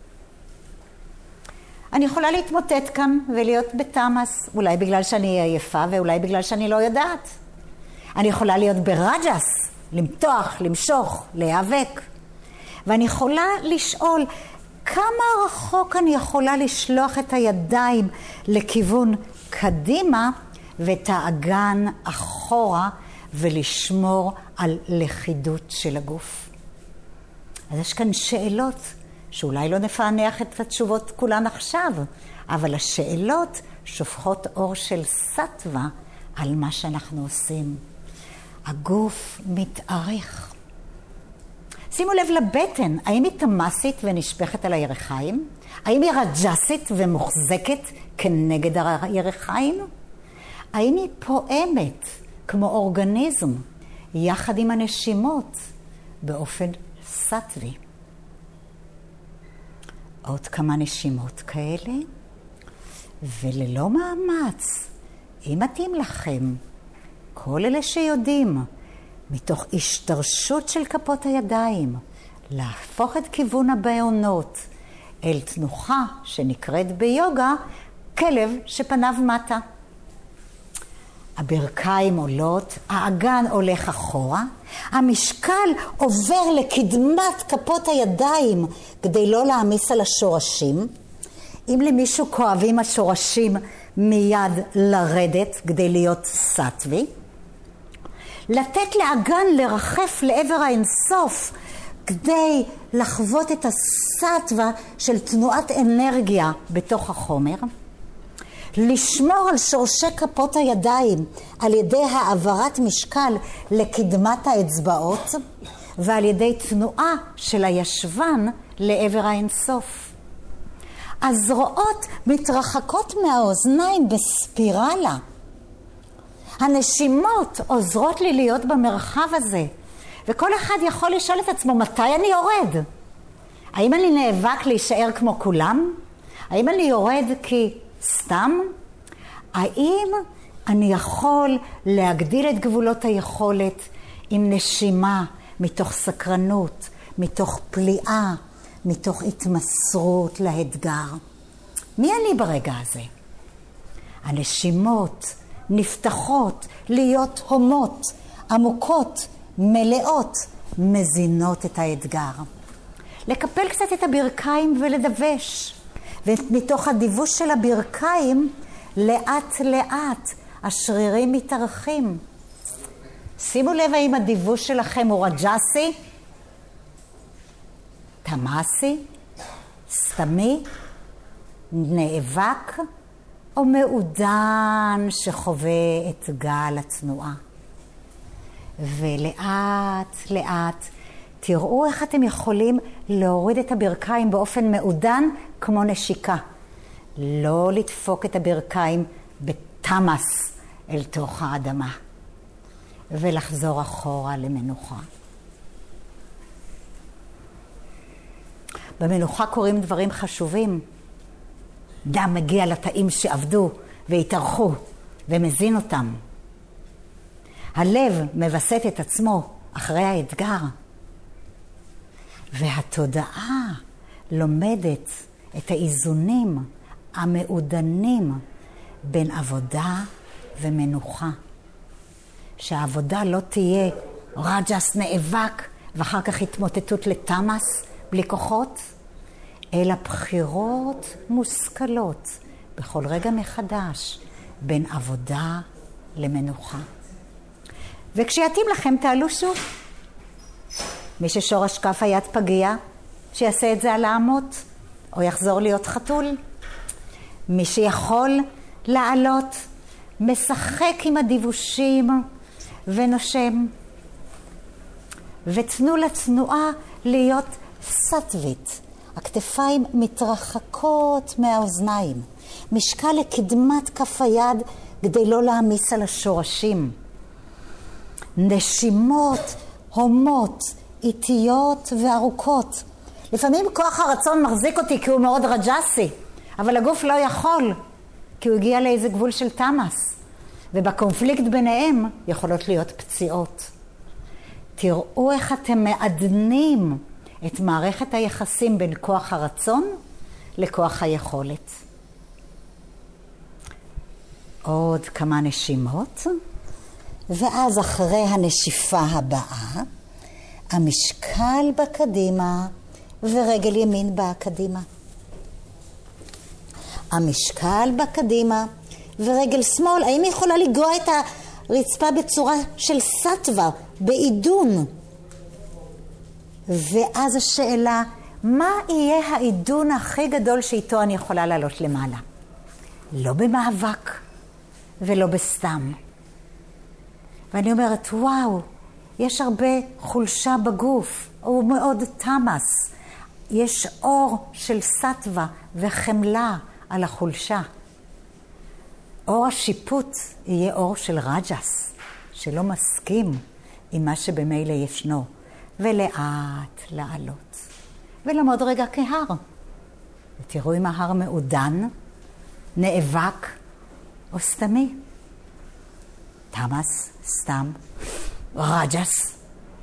אני יכולה להתמוטט כאן ולהיות בתמאס, אולי בגלל שאני אהיה עייפה ואולי בגלל שאני לא יודעת. אני יכולה להיות ברג'ס, למתוח, למשוך, להיאבק. ואני יכולה לשאול כמה רחוק אני יכולה לשלוח את הידיים לכיוון קדימה ואת האגן אחורה ולשמור על לכידות של הגוף. אז יש כאן שאלות שאולי לא נפענח את התשובות כולן עכשיו, אבל השאלות שופכות אור של סטווה על מה שאנחנו עושים. הגוף מתארך. שימו לב לבטן, האם היא תמאסית ונשפכת על הירכיים? האם היא רג'סית ומוחזקת כנגד הירכיים? האם היא פועמת כמו אורגניזם יחד עם הנשימות באופן סטווי? עוד כמה נשימות כאלה, וללא מאמץ, אם מתאים לכם, כל אלה שיודעים, מתוך השתרשות של כפות הידיים, להפוך את כיוון הבעונות אל תנוחה שנקראת ביוגה, כלב שפניו מטה. הברכיים עולות, האגן הולך אחורה, המשקל עובר לקדמת כפות הידיים כדי לא להעמיס על השורשים. אם למישהו כואבים השורשים, מיד לרדת כדי להיות סטווי. לתת לאגן לרחף לעבר האינסוף כדי לחוות את הסטווה של תנועת אנרגיה בתוך החומר. לשמור על שורשי כפות הידיים על ידי העברת משקל לקדמת האצבעות ועל ידי תנועה של הישבן לעבר האינסוף. הזרועות מתרחקות מהאוזניים בספירלה. הנשימות עוזרות לי להיות במרחב הזה, וכל אחד יכול לשאול את עצמו מתי אני יורד. האם אני נאבק להישאר כמו כולם? האם אני יורד כי סתם? האם אני יכול להגדיל את גבולות היכולת עם נשימה מתוך סקרנות, מתוך פליאה, מתוך התמסרות לאתגר? מי אני ברגע הזה? הנשימות נפתחות להיות הומות, עמוקות, מלאות, מזינות את האתגר. לקפל קצת את הברכיים ולדווש. ומתוך הדיווש של הברכיים, לאט לאט השרירים מתארחים. שימו לב האם הדיווש שלכם הוא רג'סי, תמאסי, סתמי, נאבק או מעודן שחווה את גל התנועה. ולאט לאט תראו איך אתם יכולים להוריד את הברכיים באופן מעודן כמו נשיקה. לא לדפוק את הברכיים בתמאס אל תוך האדמה. ולחזור אחורה למנוחה. במנוחה קורים דברים חשובים. דם מגיע לתאים שעבדו והתארחו ומזין אותם. הלב מבסט את עצמו אחרי האתגר. והתודעה לומדת את האיזונים המעודנים בין עבודה ומנוחה. שהעבודה לא תהיה רג'ס נאבק ואחר כך התמוטטות לתמאס בלי כוחות, אלא בחירות מושכלות בכל רגע מחדש בין עבודה למנוחה. וכשיתאים לכם תעלו שוב. מי ששורש כף היד פגיע, שיעשה את זה על האמות, או יחזור להיות חתול. מי שיכול לעלות, משחק עם הדיוושים ונושם. ותנו לתנועה להיות סטווית. הכתפיים מתרחקות מהאוזניים. משקל לקדמת כף היד כדי לא להעמיס על השורשים. נשימות הומות, איטיות וארוכות. לפעמים כוח הרצון מחזיק אותי כי הוא מאוד רג'סי, אבל הגוף לא יכול, כי הוא הגיע לאיזה גבול של תמאס. ובקונפליקט ביניהם יכולות להיות פציעות. תראו איך אתם מעדנים את מערכת היחסים בין כוח הרצון לכוח היכולת. עוד כמה נשימות, ואז אחרי הנשיפה הבאה, המשקל בקדימה ורגל ימין באה קדימה. המשקל בקדימה ורגל שמאל, האם היא יכולה לגרוע את הרצפה בצורה של סטווה, בעידון? ואז השאלה, מה יהיה העידון הכי גדול שאיתו אני יכולה לעלות למעלה? לא במאבק ולא בסתם. ואני אומרת, וואו, יש הרבה חולשה בגוף, הוא מאוד תמאס. יש אור של סטווה וחמלה על החולשה. אור השיפוט יהיה אור של רג'ס, שלא מסכים עם מה שבמילא ישנו. ולאט לעלות. ולעמוד רגע כהר. ותראו אם ההר מעודן, נאבק או סתמי. תמאס, סתם, רג'ס,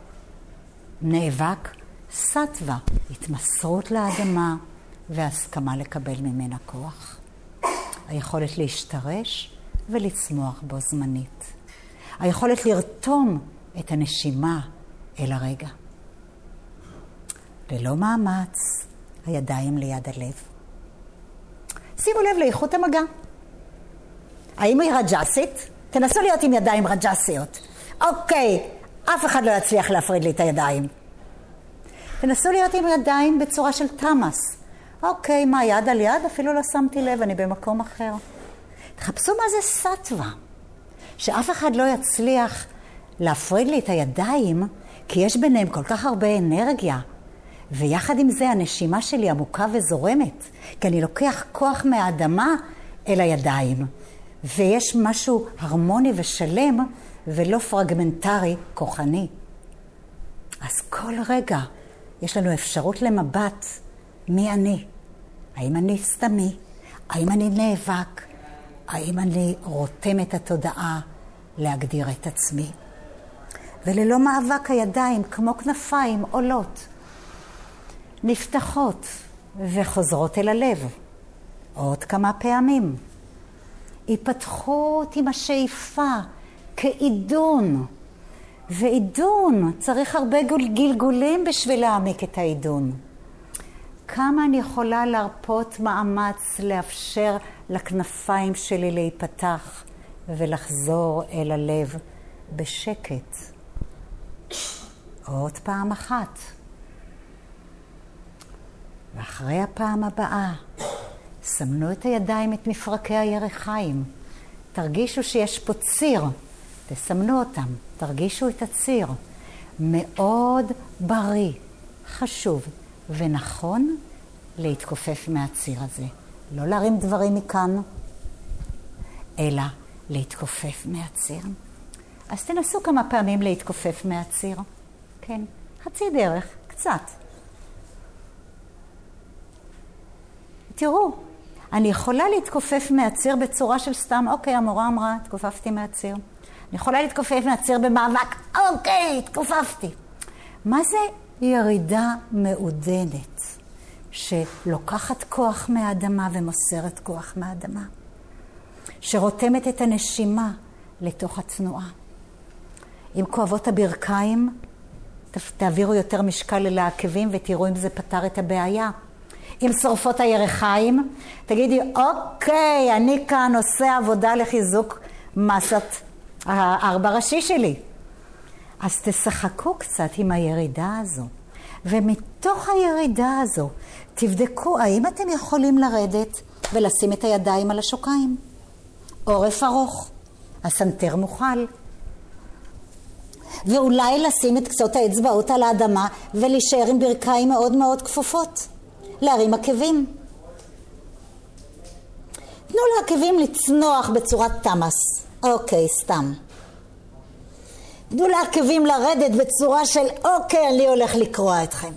נאבק, סטווה, התמסרות לאדמה והסכמה לקבל ממנה כוח. היכולת להשתרש ולצמוח בו זמנית. היכולת לרתום את הנשימה אל הרגע. ללא מאמץ, הידיים ליד הלב. שימו לב לאיכות המגע. האם היא רג'סית? תנסו להיות עם ידיים רג'סיות. אוקיי, אף אחד לא יצליח להפריד לי את הידיים. תנסו להיות עם ידיים בצורה של תמאס. אוקיי, מה, יד על יד? אפילו לא שמתי לב, אני במקום אחר. תחפשו מה זה סטווה. שאף אחד לא יצליח להפריד לי את הידיים, כי יש ביניהם כל כך הרבה אנרגיה. ויחד עם זה הנשימה שלי עמוקה וזורמת, כי אני לוקח כוח מהאדמה אל הידיים. ויש משהו הרמוני ושלם ולא פרגמנטרי כוחני. אז כל רגע יש לנו אפשרות למבט מי אני. האם אני סתמי? האם אני נאבק? האם אני רותם את התודעה להגדיר את עצמי? וללא מאבק הידיים כמו כנפיים עולות, נפתחות וחוזרות אל הלב. עוד כמה פעמים. היפתחות עם השאיפה כעידון. ועידון, צריך הרבה גלגולים בשביל להעמיק את העידון. כמה אני יכולה להרפות מאמץ לאפשר לכנפיים שלי להיפתח ולחזור אל הלב בשקט. עוד פעם אחת. ואחרי הפעם הבאה, סמנו את הידיים, את מפרקי הירכיים. תרגישו שיש פה ציר. תסמנו אותם. תרגישו את הציר. מאוד בריא, חשוב ונכון להתכופף מהציר הזה. לא להרים דברים מכאן, אלא להתכופף מהציר. אז תנסו כמה פעמים להתכופף מהציר. כן, חצי דרך, קצת. תראו, אני יכולה להתכופף מהציר בצורה של סתם, אוקיי, המורה אמרה, התכופפתי מהציר. אני יכולה להתכופף מהציר במאבק, אוקיי, התכופפתי. מה זה ירידה מעודנת שלוקחת כוח מהאדמה ומוסרת כוח מהאדמה? שרותמת את הנשימה לתוך התנועה. אם כואבות הברכיים, תעבירו יותר משקל אל העקבים ותראו אם זה פתר את הבעיה. אם שורפות הירכיים, תגידי, אוקיי, אני כאן עושה עבודה לחיזוק מסת הארבע ראשי שלי. אז תשחקו קצת עם הירידה הזו. ומתוך הירידה הזו, תבדקו האם אתם יכולים לרדת ולשים את הידיים על השוקיים. עורף ארוך, הסנטר מוכל. ואולי לשים את קצות האצבעות על האדמה ולהישאר עם ברכיים מאוד מאוד כפופות. להרים עקבים. תנו לעקבים לצנוח בצורת תמאס. אוקיי, סתם. תנו לעקבים לרדת בצורה של אוקיי, אני הולך לקרוע אתכם.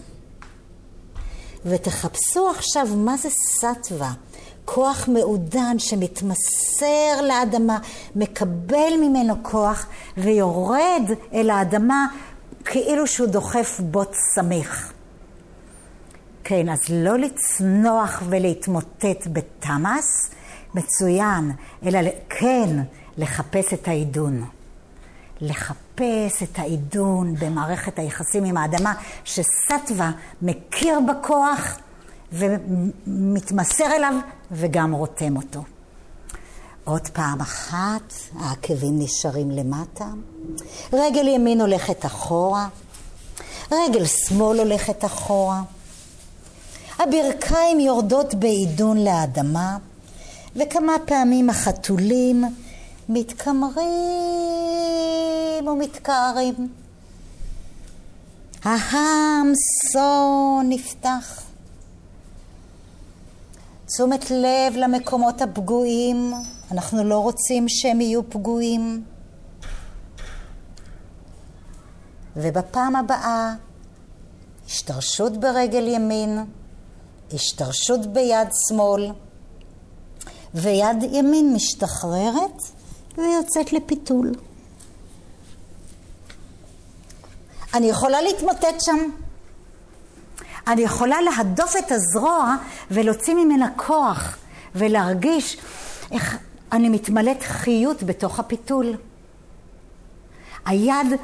ותחפשו עכשיו מה זה סטווה. כוח מעודן שמתמסר לאדמה, מקבל ממנו כוח ויורד אל האדמה כאילו שהוא דוחף בוט סמיך. כן, אז לא לצנוח ולהתמוטט בתמאס, מצוין, אלא כן לחפש את העידון. לחפש את העידון במערכת היחסים עם האדמה, שסטווה מכיר בכוח ומתמסר אליו וגם רותם אותו. עוד פעם אחת, העקבים נשארים למטה. רגל ימין הולכת אחורה, רגל שמאל הולכת אחורה. הברכיים יורדות בעידון לאדמה, וכמה פעמים החתולים מתקמרים ומתקערים. ההמסון נפתח. תשומת לב למקומות הפגועים, אנחנו לא רוצים שהם יהיו פגועים. ובפעם הבאה, השתרשות ברגל ימין, השתרשות ביד שמאל, ויד ימין משתחררת ויוצאת לפיתול. אני יכולה להתמוטט שם. אני יכולה להדוף את הזרוע ולהוציא ממנה כוח ולהרגיש איך אני מתמלאת חיות בתוך הפיתול. היד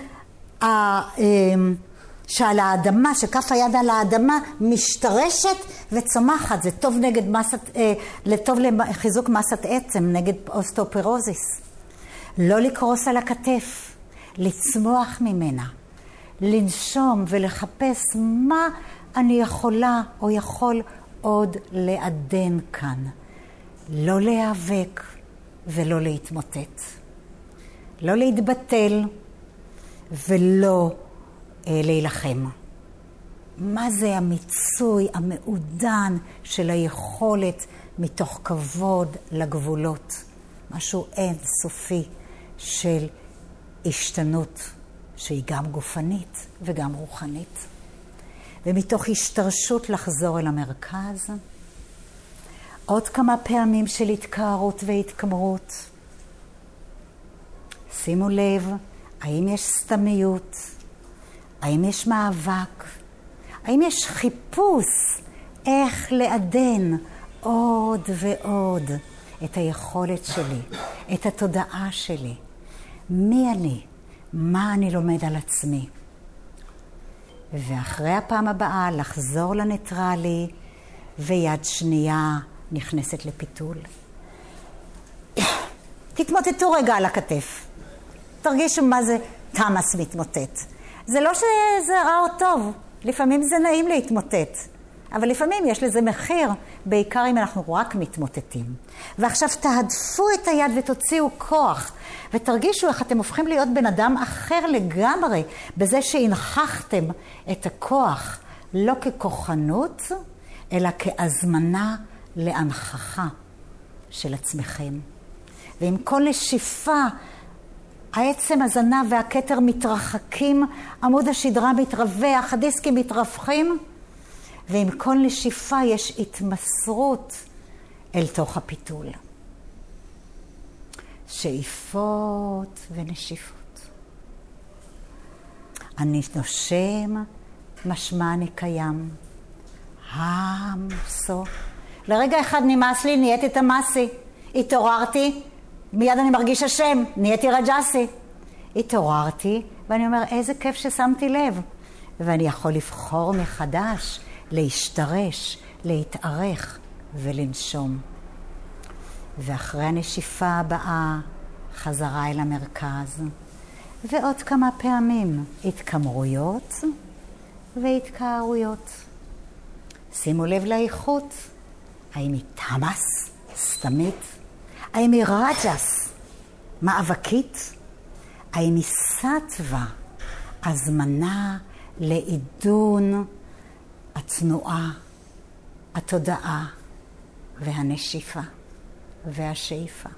שעל האדמה, שכף היד על האדמה משתרשת וצומחת. זה טוב נגד מסת, לטוב לחיזוק מסת עצם, נגד אוסטאופורוזיס. לא לקרוס על הכתף, לצמוח ממנה, לנשום ולחפש מה אני יכולה או יכול עוד לעדן כאן. לא להיאבק ולא להתמוטט. לא להתבטל ולא אה, להילחם. מה זה המיצוי המעודן של היכולת מתוך כבוד לגבולות? משהו אין סופי של השתנות שהיא גם גופנית וגם רוחנית. ומתוך השתרשות לחזור אל המרכז. עוד כמה פעמים של התקערות והתקמרות. שימו לב, האם יש סתמיות? האם יש מאבק? האם יש חיפוש איך לעדן עוד ועוד את היכולת שלי, את התודעה שלי? מי אני? מה אני לומד על עצמי? ואחרי הפעם הבאה לחזור לניטרלי, ויד שנייה נכנסת לפיתול. תתמוטטו רגע על הכתף. תרגישו מה זה תמאס מתמוטט. זה לא שזה רע או טוב. לפעמים זה נעים להתמוטט. אבל לפעמים יש לזה מחיר, בעיקר אם אנחנו רק מתמוטטים. ועכשיו תהדפו את היד ותוציאו כוח, ותרגישו איך אתם הופכים להיות בן אדם אחר לגמרי, בזה שהנחחתם את הכוח, לא ככוחנות, אלא כהזמנה להנכחה של עצמכם. ועם כל נשיפה, העצם, הזנב והכתר מתרחקים, עמוד השדרה מתרווח, הדיסקים מתרווחים, ועם כל נשיפה יש התמסרות אל תוך הפיתול. שאיפות ונשיפות. אני נושם, משמע אני קיים. המסו. לרגע אחד נמאס לי, נהייתי את המסי. התעוררתי, מיד אני מרגיש השם, נהייתי רג'סי. התעוררתי, ואני אומר, איזה כיף ששמתי לב. ואני יכול לבחור מחדש, להשתרש, להתארך ולנשום. ואחרי הנשיפה הבאה, חזרה אל המרכז. ועוד כמה פעמים, התקמרויות והתקערויות. שימו לב לאיכות. האם היא תמאס, סתמית? האם היא רג'ס, מאבקית? האם היא סטווה, הזמנה לעידון התנועה, התודעה והנשיפה והשאיפה?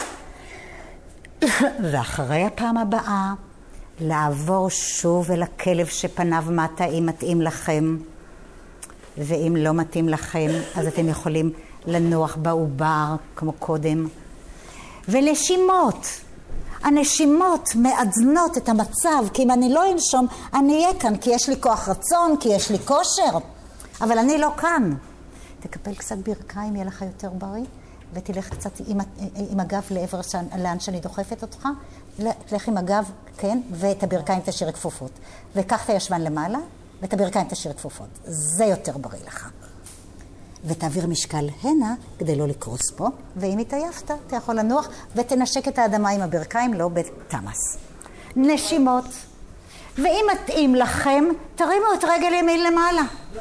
ואחרי הפעם הבאה, לעבור שוב אל הכלב שפניו מטה אם מתאים לכם, ואם לא מתאים לכם, אז אתם יכולים לנוח בעובר כמו קודם. ונשימות. הנשימות מעדנות את המצב, כי אם אני לא אנשום, אני אהיה כאן, כי יש לי כוח רצון, כי יש לי כושר, אבל אני לא כאן. תקפל קצת ברכיים, יהיה לך יותר בריא, ותלך קצת עם, עם הגב לעבר לאן שאני דוחפת אותך, תלך עם הגב, כן, ואת הברכיים תשאיר כפופות. וקח את הישבן למעלה, ואת הברכיים תשאיר כפופות. זה יותר בריא לך. ותעביר משקל הנה, כדי לא לקרוס פה, ואם התעייפת, אתה יכול לנוח, ותנשק את האדמה עם הברכיים, לא בתמאס. נשימות. ואם מתאים לכם, תרימו את רגל ימין למעלה.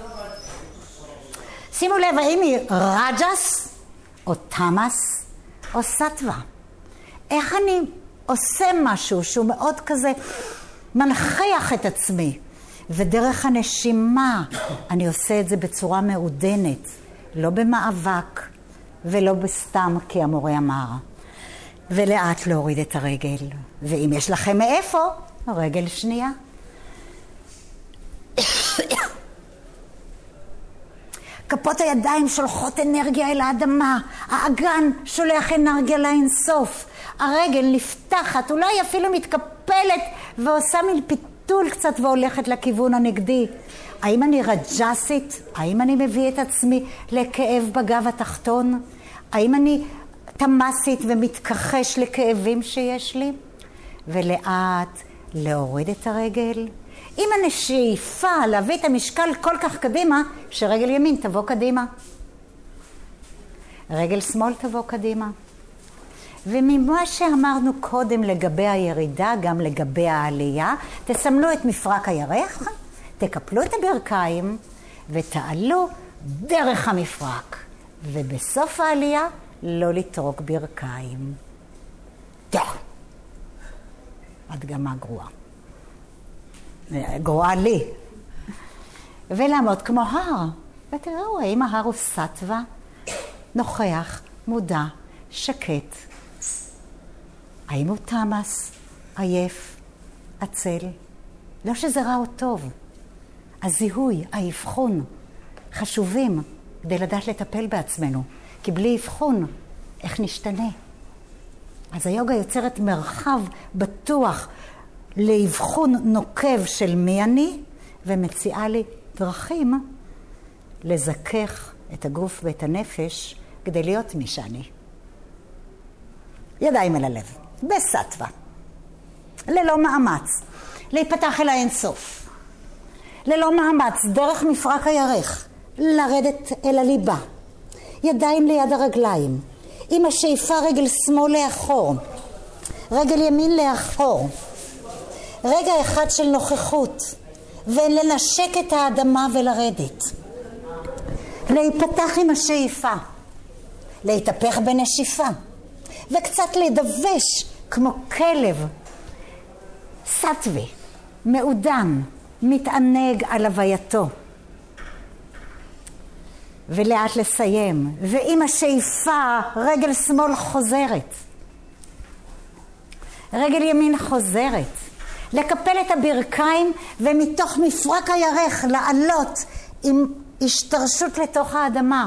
שימו לב, האם היא רג'ס, או תמאס, או סטווה. איך אני עושה משהו שהוא מאוד כזה מנחיח את עצמי, ודרך הנשימה אני עושה את זה בצורה מעודנת, לא במאבק ולא בסתם כי המורה אמר. ולאט להוריד את הרגל, ואם יש לכם מאיפה, רגל שנייה. כפות הידיים שולחות אנרגיה אל האדמה, האגן שולח אנרגיה לאינסוף, הרגל נפתחת, אולי אפילו מתקפלת ועושה מין פיתול קצת והולכת לכיוון הנגדי. האם אני רג'סית? האם אני מביא את עצמי לכאב בגב התחתון? האם אני תמסית ומתכחש לכאבים שיש לי? ולאט להוריד את הרגל. עם הנשיפה להביא את המשקל כל כך קדימה, שרגל ימין תבוא קדימה. רגל שמאל תבוא קדימה. וממה שאמרנו קודם לגבי הירידה, גם לגבי העלייה, תסמלו את מפרק הירך, תקפלו את הברכיים ותעלו דרך המפרק. ובסוף העלייה לא לטרוק ברכיים. טוב. הדגמה גרועה. גרועה לי. ולעמוד כמו הר. ותראו, האם ההר הוא סטווה, נוכח, מודע, שקט. האם הוא תמאס, עייף, עצל? לא שזה רע או טוב. הזיהוי, האבחון, חשובים כדי לדעת לטפל בעצמנו. כי בלי אבחון, איך נשתנה? אז היוגה יוצרת מרחב בטוח לאבחון נוקב של מי אני, ומציעה לי דרכים לזכך את הגוף ואת הנפש כדי להיות מי שאני. ידיים אל הלב, בסטווה, ללא מאמץ, להיפתח אל האינסוף, ללא מאמץ, דרך מפרק הירך, לרדת אל הליבה, ידיים ליד הרגליים, עם השאיפה רגל שמאל לאחור, רגל ימין לאחור, רגע אחד של נוכחות, ולנשק את האדמה ולרדת. להיפתח עם השאיפה, להתהפך בנשיפה, וקצת לדווש כמו כלב סטווי, מעודן, מתענג על הווייתו. ולאט לסיים, ועם השאיפה רגל שמאל חוזרת, רגל ימין חוזרת, לקפל את הברכיים ומתוך מפרק הירך לעלות עם השתרשות לתוך האדמה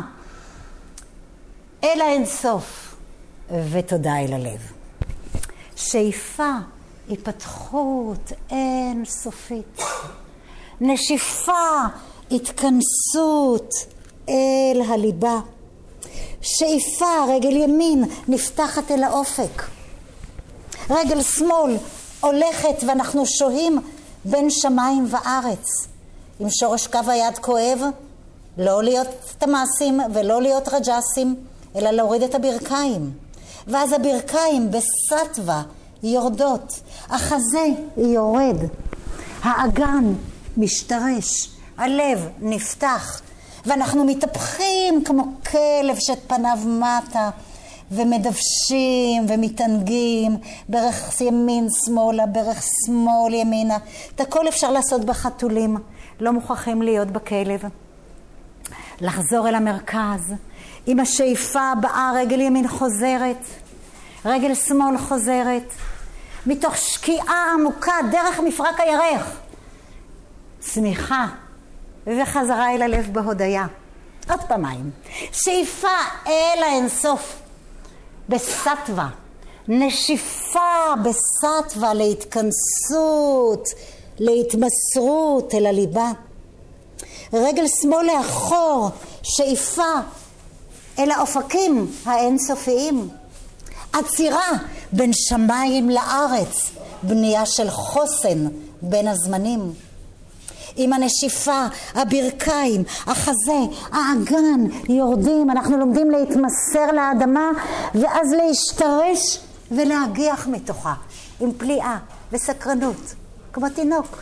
אל האינסוף ותודה אל הלב. שאיפה, התפתחות אין סופית. נשיפה, התכנסות אל הליבה. שאיפה, רגל ימין נפתחת אל האופק. רגל שמאל הולכת ואנחנו שוהים בין שמיים וארץ. עם שורש קו היד כואב, לא להיות תמאסים ולא להיות רג'סים, אלא להוריד את הברכיים. ואז הברכיים בסטווה יורדות, החזה יורד, האגן משתרש, הלב נפתח, ואנחנו מתהפכים כמו כלב שאת פניו מטה, ומדוושים ומתענגים, ברך ימין שמאלה, ברך שמאל ימינה. את הכל אפשר לעשות בחתולים, לא מוכרחים להיות בכלב. לחזור אל המרכז, עם השאיפה הבאה, רגל ימין חוזרת, רגל שמאל חוזרת, מתוך שקיעה עמוקה דרך מפרק הירך, צמיחה וחזרה אל הלב בהודיה. עוד פעמיים, שאיפה אל האינסוף בסטווה, נשיפה בסטווה להתכנסות, להתמסרות אל הליבה. רגל שמאל לאחור, שאיפה אל האופקים האינסופיים. עצירה בין שמיים לארץ, בנייה של חוסן בין הזמנים. עם הנשיפה, הברכיים, החזה, האגן יורדים, אנחנו לומדים להתמסר לאדמה ואז להשתרש ולהגיח מתוכה עם פליאה וסקרנות, כמו תינוק.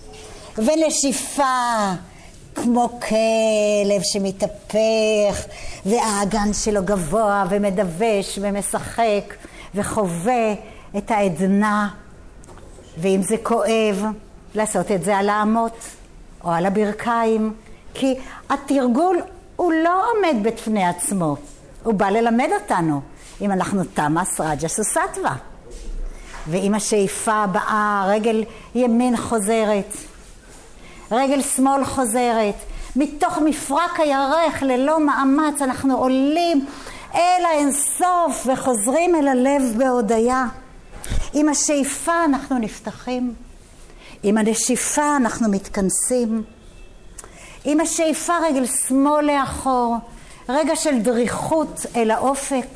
ונשיפה כמו כלב שמתהפך והאגן שלו גבוה ומדווש ומשחק וחווה את העדנה. ואם זה כואב, לעשות את זה על האמות או על הברכיים, כי התרגול הוא לא עומד בפני עצמו, הוא בא ללמד אותנו אם אנחנו תמאס, רג'ס וסטווה. ועם השאיפה הבאה, רגל ימין חוזרת, רגל שמאל חוזרת, מתוך מפרק הירך ללא מאמץ אנחנו עולים אל האינסוף וחוזרים אל הלב בהודיה. עם השאיפה אנחנו נפתחים, עם הנשיפה אנחנו מתכנסים. עם השאיפה רגל שמאל לאחור, רגע של דריכות אל האופק.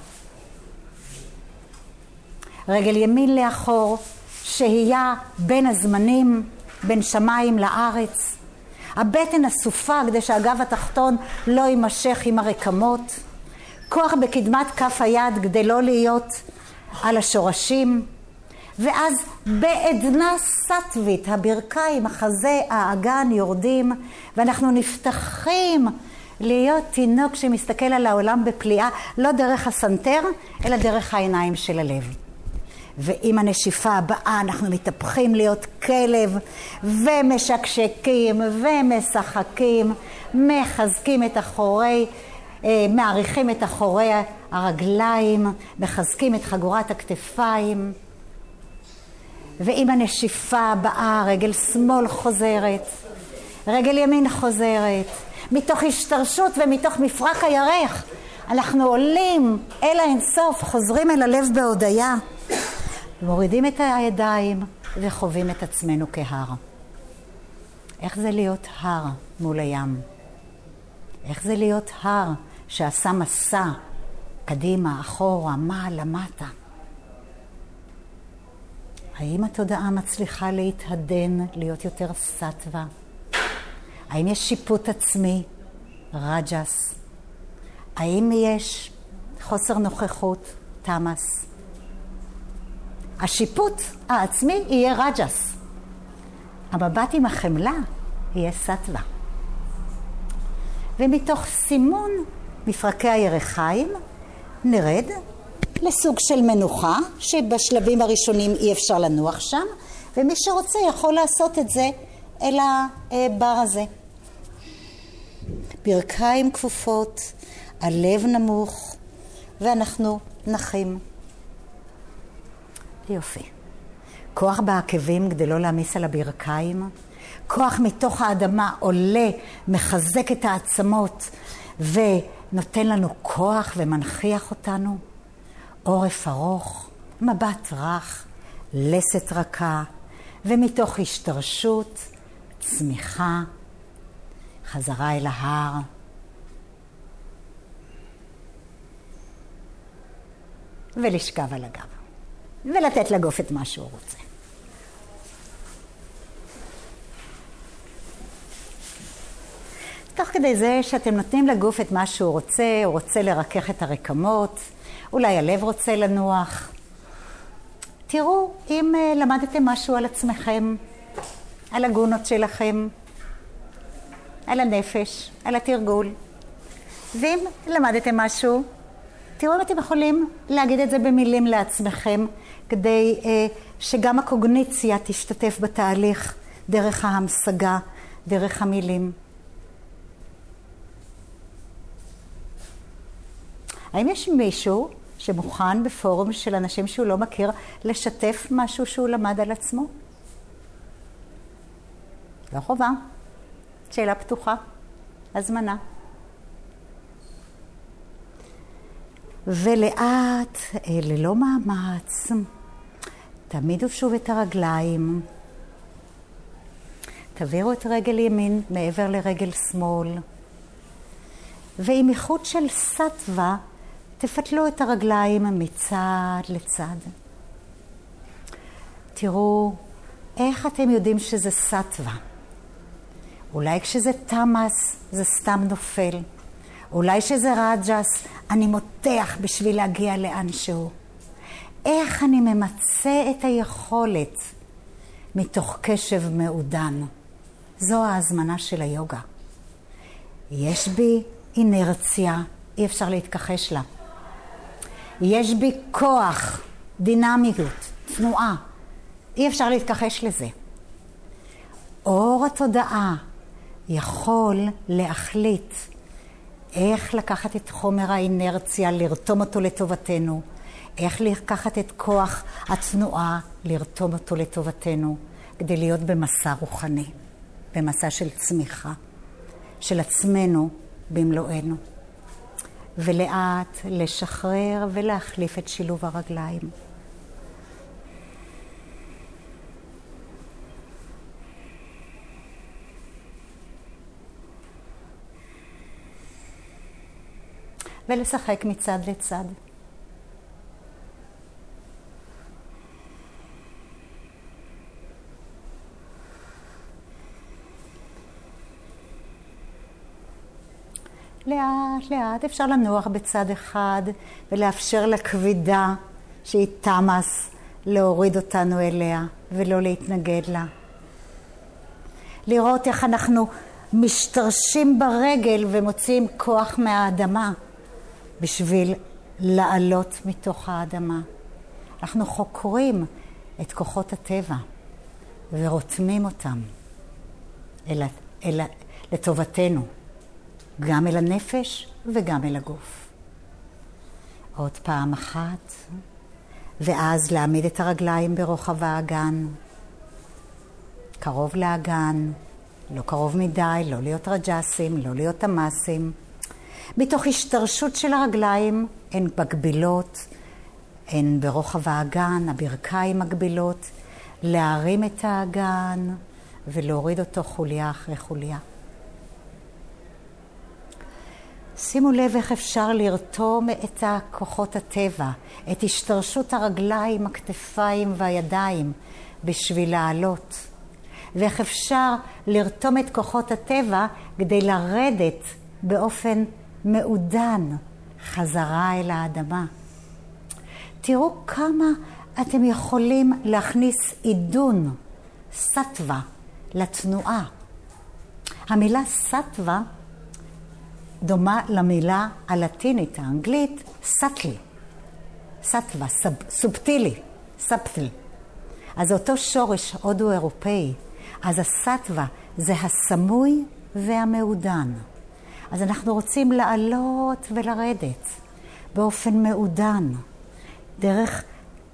רגל ימין לאחור, שהייה בין הזמנים, בין שמיים לארץ. הבטן אסופה כדי שהגב התחתון לא יימשך עם הרקמות. כוח בקדמת כף היד כדי לא להיות על השורשים. ואז בעדנה סטווית, הברכיים, החזה, האגן יורדים, ואנחנו נפתחים להיות תינוק שמסתכל על העולם בפליאה, לא דרך הסנטר, אלא דרך העיניים של הלב. ועם הנשיפה הבאה אנחנו מתהפכים להיות כלב, ומשקשקים ומשחקים, מחזקים את אחורי, מעריכים את אחורי הרגליים, מחזקים את חגורת הכתפיים. ועם הנשיפה הבאה, רגל שמאל חוזרת, רגל ימין חוזרת, מתוך השתרשות ומתוך מפרק הירך, אנחנו עולים אל האינסוף, חוזרים אל הלב בהודיה, מורידים את הידיים וחווים את עצמנו כהר. איך זה להיות הר מול הים? איך זה להיות הר שעשה מסע קדימה, אחורה, מעלה, מטה? האם התודעה מצליחה להתהדן, להיות יותר סטווה? האם יש שיפוט עצמי, רג'ס? האם יש חוסר נוכחות, תמאס? השיפוט העצמי יהיה רג'ס. המבט עם החמלה יהיה סטווה. ומתוך סימון מפרקי הירכיים נרד לסוג של מנוחה, שבשלבים הראשונים אי אפשר לנוח שם, ומי שרוצה יכול לעשות את זה אל הבר הזה. ברכיים כפופות, הלב נמוך, ואנחנו נחים. יופי. כוח בעקבים כדי לא להמיס על הברכיים. כוח מתוך האדמה עולה, מחזק את העצמות, ונותן לנו כוח ומנחיח אותנו. עורף ארוך, מבט רך, לסת רכה, ומתוך השתרשות, צמיחה, חזרה אל ההר. ולשכב על הגב. ולתת לגוף את מה שהוא רוצה. תוך כדי זה שאתם נותנים לגוף את מה שהוא רוצה, הוא רוצה לרכך את הרקמות, אולי הלב רוצה לנוח. תראו אם uh, למדתם משהו על עצמכם, על הגונות שלכם, על הנפש, על התרגול. ואם למדתם משהו, תראו אם אתם יכולים להגיד את זה במילים לעצמכם, כדי uh, שגם הקוגניציה תשתתף בתהליך דרך ההמשגה, דרך המילים. האם יש מישהו שמוכן בפורום של אנשים שהוא לא מכיר לשתף משהו שהוא למד על עצמו? לא חובה. שאלה פתוחה. הזמנה. ולאט, ללא מאמץ, תעמידו שוב את הרגליים. תעבירו את רגל ימין מעבר לרגל שמאל. ועם איחוד של סטווה, תפתלו את הרגליים מצד לצד. תראו איך אתם יודעים שזה סטווה. אולי כשזה תמאס זה סתם נופל. אולי כשזה רג'ס אני מותח בשביל להגיע לאן שהוא. איך אני ממצא את היכולת מתוך קשב מעודן. זו ההזמנה של היוגה. יש בי אינרציה, אי אפשר להתכחש לה. יש בי כוח, דינמיות, תנועה. אי אפשר להתכחש לזה. אור התודעה יכול להחליט איך לקחת את חומר האינרציה, לרתום אותו לטובתנו. איך לקחת את כוח התנועה, לרתום אותו לטובתנו, כדי להיות במסע רוחני, במסע של צמיחה, של עצמנו במלואנו. ולאט לשחרר ולהחליף את שילוב הרגליים. ולשחק מצד לצד. לאט לאט אפשר לנוח בצד אחד ולאפשר לכבידה שהיא תמאס להוריד אותנו אליה ולא להתנגד לה. לראות איך אנחנו משתרשים ברגל ומוציאים כוח מהאדמה בשביל לעלות מתוך האדמה. אנחנו חוקרים את כוחות הטבע ורותמים אותם אל, אל, לטובתנו. גם אל הנפש וגם אל הגוף. עוד פעם אחת, ואז להעמיד את הרגליים ברוחב האגן. קרוב לאגן, לא קרוב מדי, לא להיות רג'סים, לא להיות תמאסים. מתוך השתרשות של הרגליים, הן מגבילות, הן ברוחב האגן, הברכיים מגבילות, להרים את האגן ולהוריד אותו חוליה אחרי חוליה. שימו לב איך אפשר לרתום את כוחות הטבע, את השתרשות הרגליים, הכתפיים והידיים בשביל לעלות. ואיך אפשר לרתום את כוחות הטבע כדי לרדת באופן מעודן חזרה אל האדמה. תראו כמה אתם יכולים להכניס עידון, סטווה, לתנועה. המילה סטווה דומה למילה הלטינית, האנגלית, סטל. סטווה, סב, סובטילי, סבטל. אז זה אותו שורש הודו-אירופאי. אז הסטווה זה הסמוי והמעודן. אז אנחנו רוצים לעלות ולרדת באופן מעודן, דרך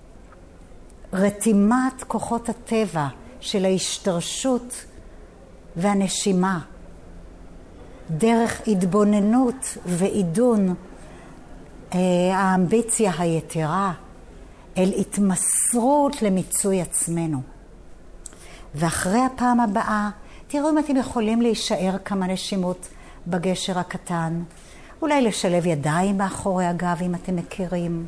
רתימת כוחות הטבע של ההשתרשות והנשימה, דרך התבוננות ועידון אה, האמביציה היתרה, אל התמסרות למיצוי עצמנו. ואחרי הפעם הבאה, תראו אם אתם יכולים להישאר כמה נשימות בגשר הקטן, אולי לשלב ידיים מאחורי הגב אם אתם מכירים.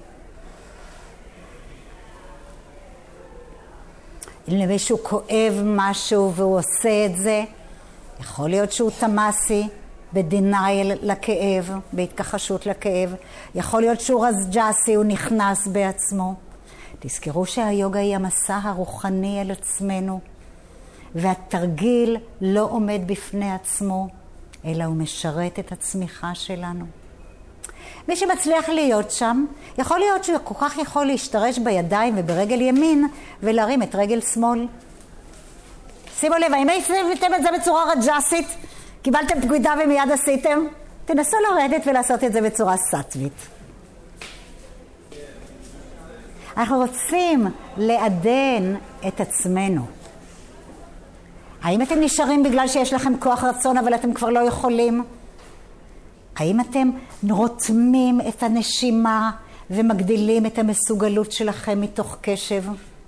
אם למישהו כואב משהו והוא עושה את זה, יכול להיות שהוא תמאסי בדינייל לכאב, בהתכחשות לכאב. יכול להיות שהוא רזג'סי, הוא נכנס בעצמו. תזכרו שהיוגה היא המסע הרוחני אל עצמנו, והתרגיל לא עומד בפני עצמו, אלא הוא משרת את הצמיחה שלנו. מי שמצליח להיות שם, יכול להיות שהוא כל כך יכול להשתרש בידיים וברגל ימין, ולהרים את רגל שמאל. שימו לב, האם עשיתם את זה בצורה רג'סית? קיבלתם פקודה ומיד עשיתם? תנסו לרדת ולעשות את זה בצורה סטווית. אנחנו רוצים לעדן את עצמנו. האם אתם נשארים בגלל שיש לכם כוח רצון אבל אתם כבר לא יכולים? האם אתם רותמים את הנשימה ומגדילים את המסוגלות שלכם מתוך קשב?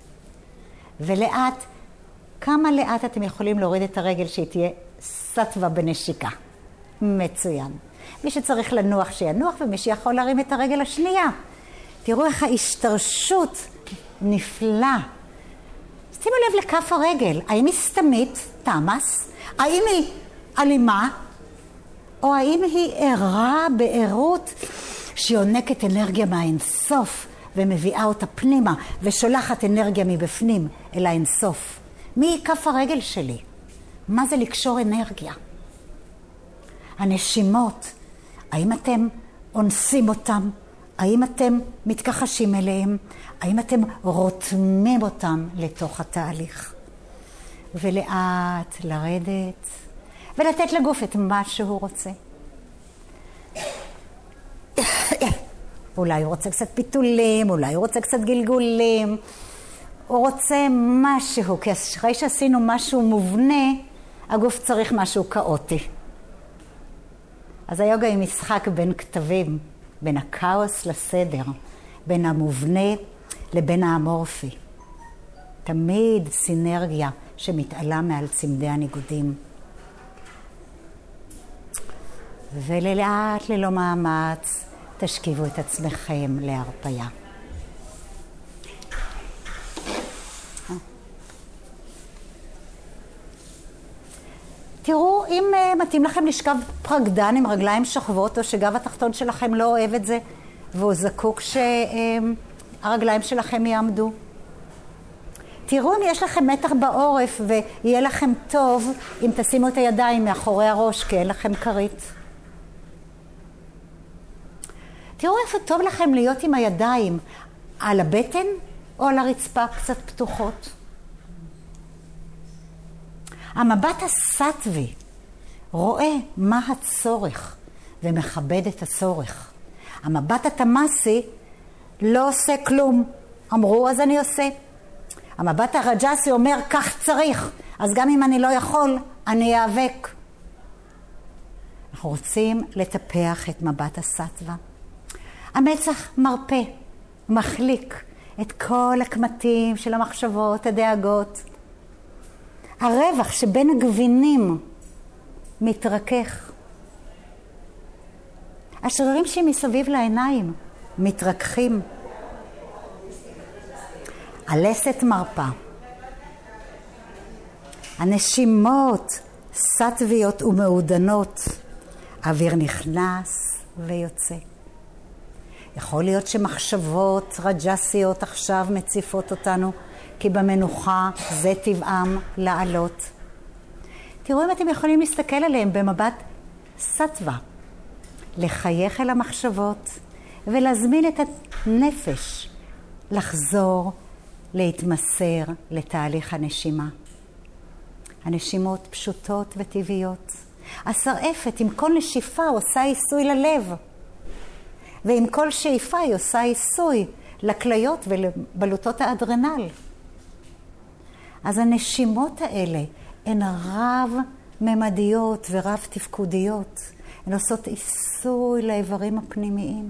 ולאט, כמה לאט אתם יכולים להוריד את הרגל שהיא תהיה סטווה בנשיקה? מצוין. מי שצריך לנוח שינוח, ומי שיכול להרים את הרגל השנייה. תראו איך ההשתרשות נפלא. שימו לב לכף הרגל. האם היא סתמית, תמאס? האם היא אלימה? או האם היא ערה בערות שיונקת אנרגיה מהאינסוף ומביאה אותה פנימה ושולחת אנרגיה מבפנים אל האינסוף? מי היא כף הרגל שלי? מה זה לקשור אנרגיה? הנשימות, האם אתם אונסים אותם? האם אתם מתכחשים אליהם? האם אתם רותמים אותם לתוך התהליך? ולאט לרדת ולתת לגוף את מה שהוא רוצה. אולי הוא רוצה קצת פיתולים, אולי הוא רוצה קצת גלגולים, הוא רוצה משהו, כי אחרי שעשינו משהו מובנה, הגוף צריך משהו כאוטי. אז היוגה היא משחק בין כתבים, בין הכאוס לסדר, בין המובנה לבין האמורפי. תמיד סינרגיה שמתעלה מעל צמדי הניגודים. ולאט ללא מאמץ תשכיבו את עצמכם להרפיה. תראו, אם מתאים לכם לשכב פרגדן עם רגליים שוכבות, או שגב התחתון שלכם לא אוהב את זה, והוא זקוק שהרגליים שלכם יעמדו. תראו אם יש לכם מתח בעורף, ויהיה לכם טוב אם תשימו את הידיים מאחורי הראש, כי אין לכם כרית. תראו איפה טוב לכם להיות עם הידיים, על הבטן או על הרצפה קצת פתוחות. המבט הסטווי רואה מה הצורך ומכבד את הצורך. המבט התמאסי לא עושה כלום. אמרו, אז אני עושה. המבט הרג'סי אומר, כך צריך. אז גם אם אני לא יכול, אני אאבק. אנחנו רוצים לטפח את מבט הסטווה. המצח מרפא, מחליק את כל הקמטים של המחשבות, הדאגות. הרווח שבין הגבינים מתרכך. השרירים שמסביב לעיניים מתרככים. הלסת מרפא. הנשימות סטוויות ומעודנות. אוויר נכנס ויוצא. יכול להיות שמחשבות רג'סיות עכשיו מציפות אותנו, כי במנוחה זה טבעם לעלות. תראו אם אתם יכולים להסתכל עליהם במבט סטווה. לחייך אל המחשבות ולהזמין את הנפש לחזור, להתמסר לתהליך הנשימה. הנשימות פשוטות וטבעיות. השרעפת עם כל נשיפה עושה עיסוי ללב, ועם כל שאיפה היא עושה עיסוי לכליות ולבלוטות האדרנל. אז הנשימות האלה הן רב-ממדיות ורב-תפקודיות. הן עושות עיסוי לאיברים הפנימיים.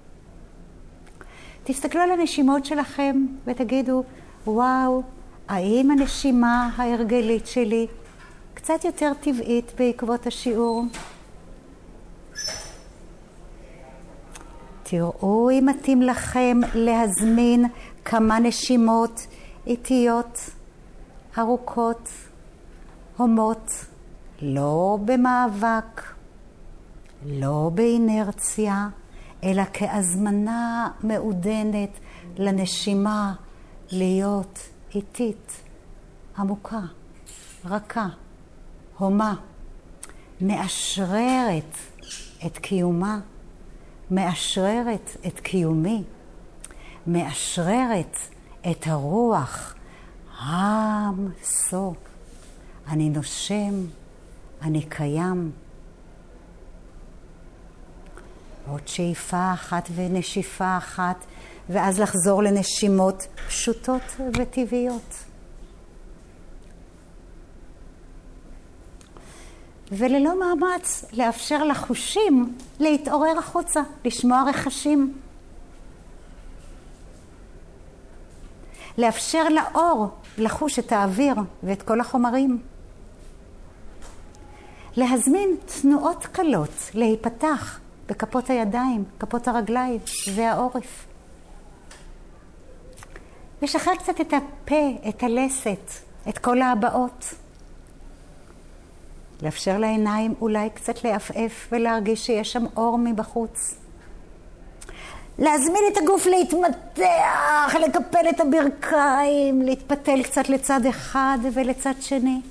תסתכלו על הנשימות שלכם ותגידו, וואו, האם הנשימה ההרגלית שלי קצת יותר טבעית בעקבות השיעור? תראו אם מתאים לכם להזמין כמה נשימות איטיות, ארוכות, הומות, לא במאבק, לא באינרציה, אלא כהזמנה מעודנת לנשימה להיות איטית, עמוקה, רכה, הומה, מאשררת את קיומה, מאשררת את קיומי, מאשררת את הרוח, המסור. אני נושם, אני קיים. עוד שאיפה אחת ונשיפה אחת, ואז לחזור לנשימות פשוטות וטבעיות. וללא מאמץ לאפשר לחושים להתעורר החוצה, לשמוע רכשים. לאפשר לאור לחוש את האוויר ואת כל החומרים. להזמין תנועות קלות להיפתח בכפות הידיים, כפות הרגליים והעורף. לשחרר קצת את הפה, את הלסת, את כל ההבעות. לאפשר לעיניים אולי קצת לעפעף ולהרגיש שיש שם אור מבחוץ. להזמין את הגוף להתמתח, לקפל את הברכיים, להתפתל קצת לצד אחד ולצד שני.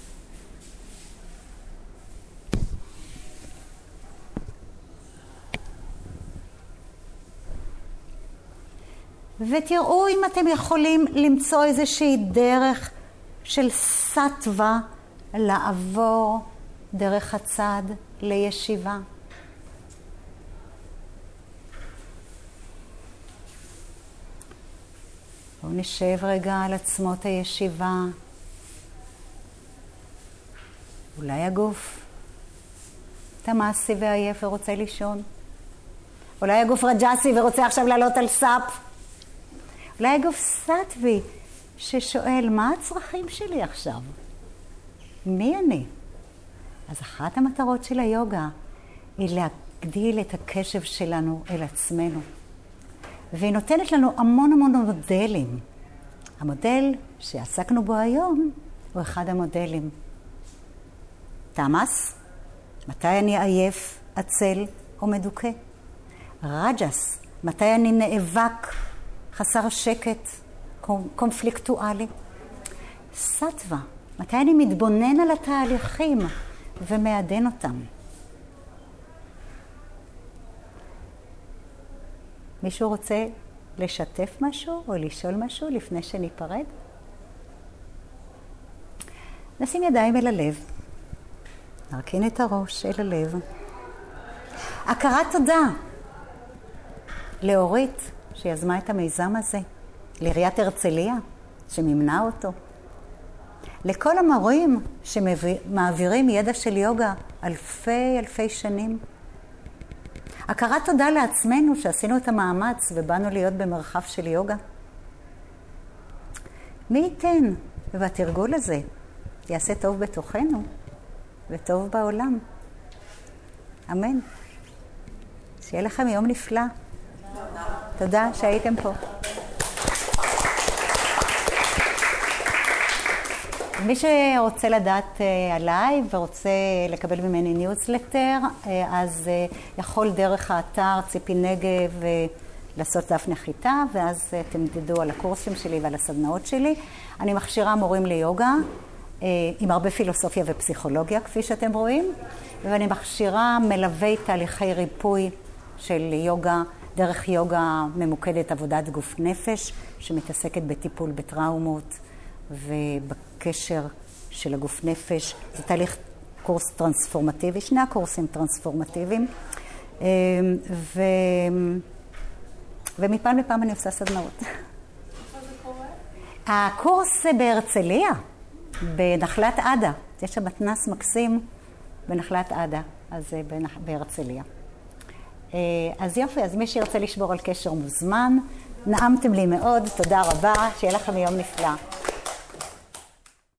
ותראו אם אתם יכולים למצוא איזושהי דרך של סטווה לעבור דרך הצד לישיבה. בואו נשב רגע על עצמות הישיבה. אולי הגוף תמאסי ועייף ורוצה לישון. אולי הגוף רג'סי ורוצה עכשיו לעלות על סאפ. אולי הגוף סטווי ששואל, מה הצרכים שלי עכשיו? מי אני? אז אחת המטרות של היוגה היא להגדיל את הקשב שלנו אל עצמנו. והיא נותנת לנו המון המון מודלים. המודל שעסקנו בו היום הוא אחד המודלים. תמאס, מתי אני עייף, עצל או מדוכא? רג'ס, מתי אני נאבק, חסר שקט, קונפליקטואלי? סטווה, מתי אני מתבונן על התהליכים ומעדן אותם? מישהו רוצה לשתף משהו או לשאול משהו לפני שניפרד? נשים ידיים אל הלב. נרכין את הראש אל הלב. הכרת תודה לאורית שיזמה את המיזם הזה, לעיריית הרצליה שממנה אותו, לכל המורים שמעבירים ידע של יוגה אלפי אלפי שנים. הכרת תודה לעצמנו שעשינו את המאמץ ובאנו להיות במרחב של יוגה. מי ייתן והתרגול הזה יעשה טוב בתוכנו וטוב בעולם. אמן. שיהיה לכם יום נפלא. תודה שהייתם פה. מי שרוצה לדעת עליי ורוצה לקבל ממני ניוזלטר, אז יכול דרך האתר ציפי נגב לעשות דף נחיתה, ואז אתם תדעו על הקורסים שלי ועל הסדנאות שלי. אני מכשירה מורים ליוגה עם הרבה פילוסופיה ופסיכולוגיה, כפי שאתם רואים, ואני מכשירה מלווי תהליכי ריפוי של יוגה, דרך יוגה ממוקדת עבודת גוף נפש, שמתעסקת בטיפול בטראומות ובקשר של הגוף נפש. זה תהליך קורס טרנספורמטיבי, שני הקורסים טרנספורמטיביים, ו... ומפעם לפעם אני עושה סדנאות. איפה זה קורה? הקורס בהרצליה, בנחלת עדה. יש שם מתנ"ס מקסים בנחלת עדה, אז זה בהרצליה. אז יופי, אז מי שירצה לשבור על קשר מוזמן. נעמתם לי מאוד, תודה רבה, שיהיה לכם יום נפלא.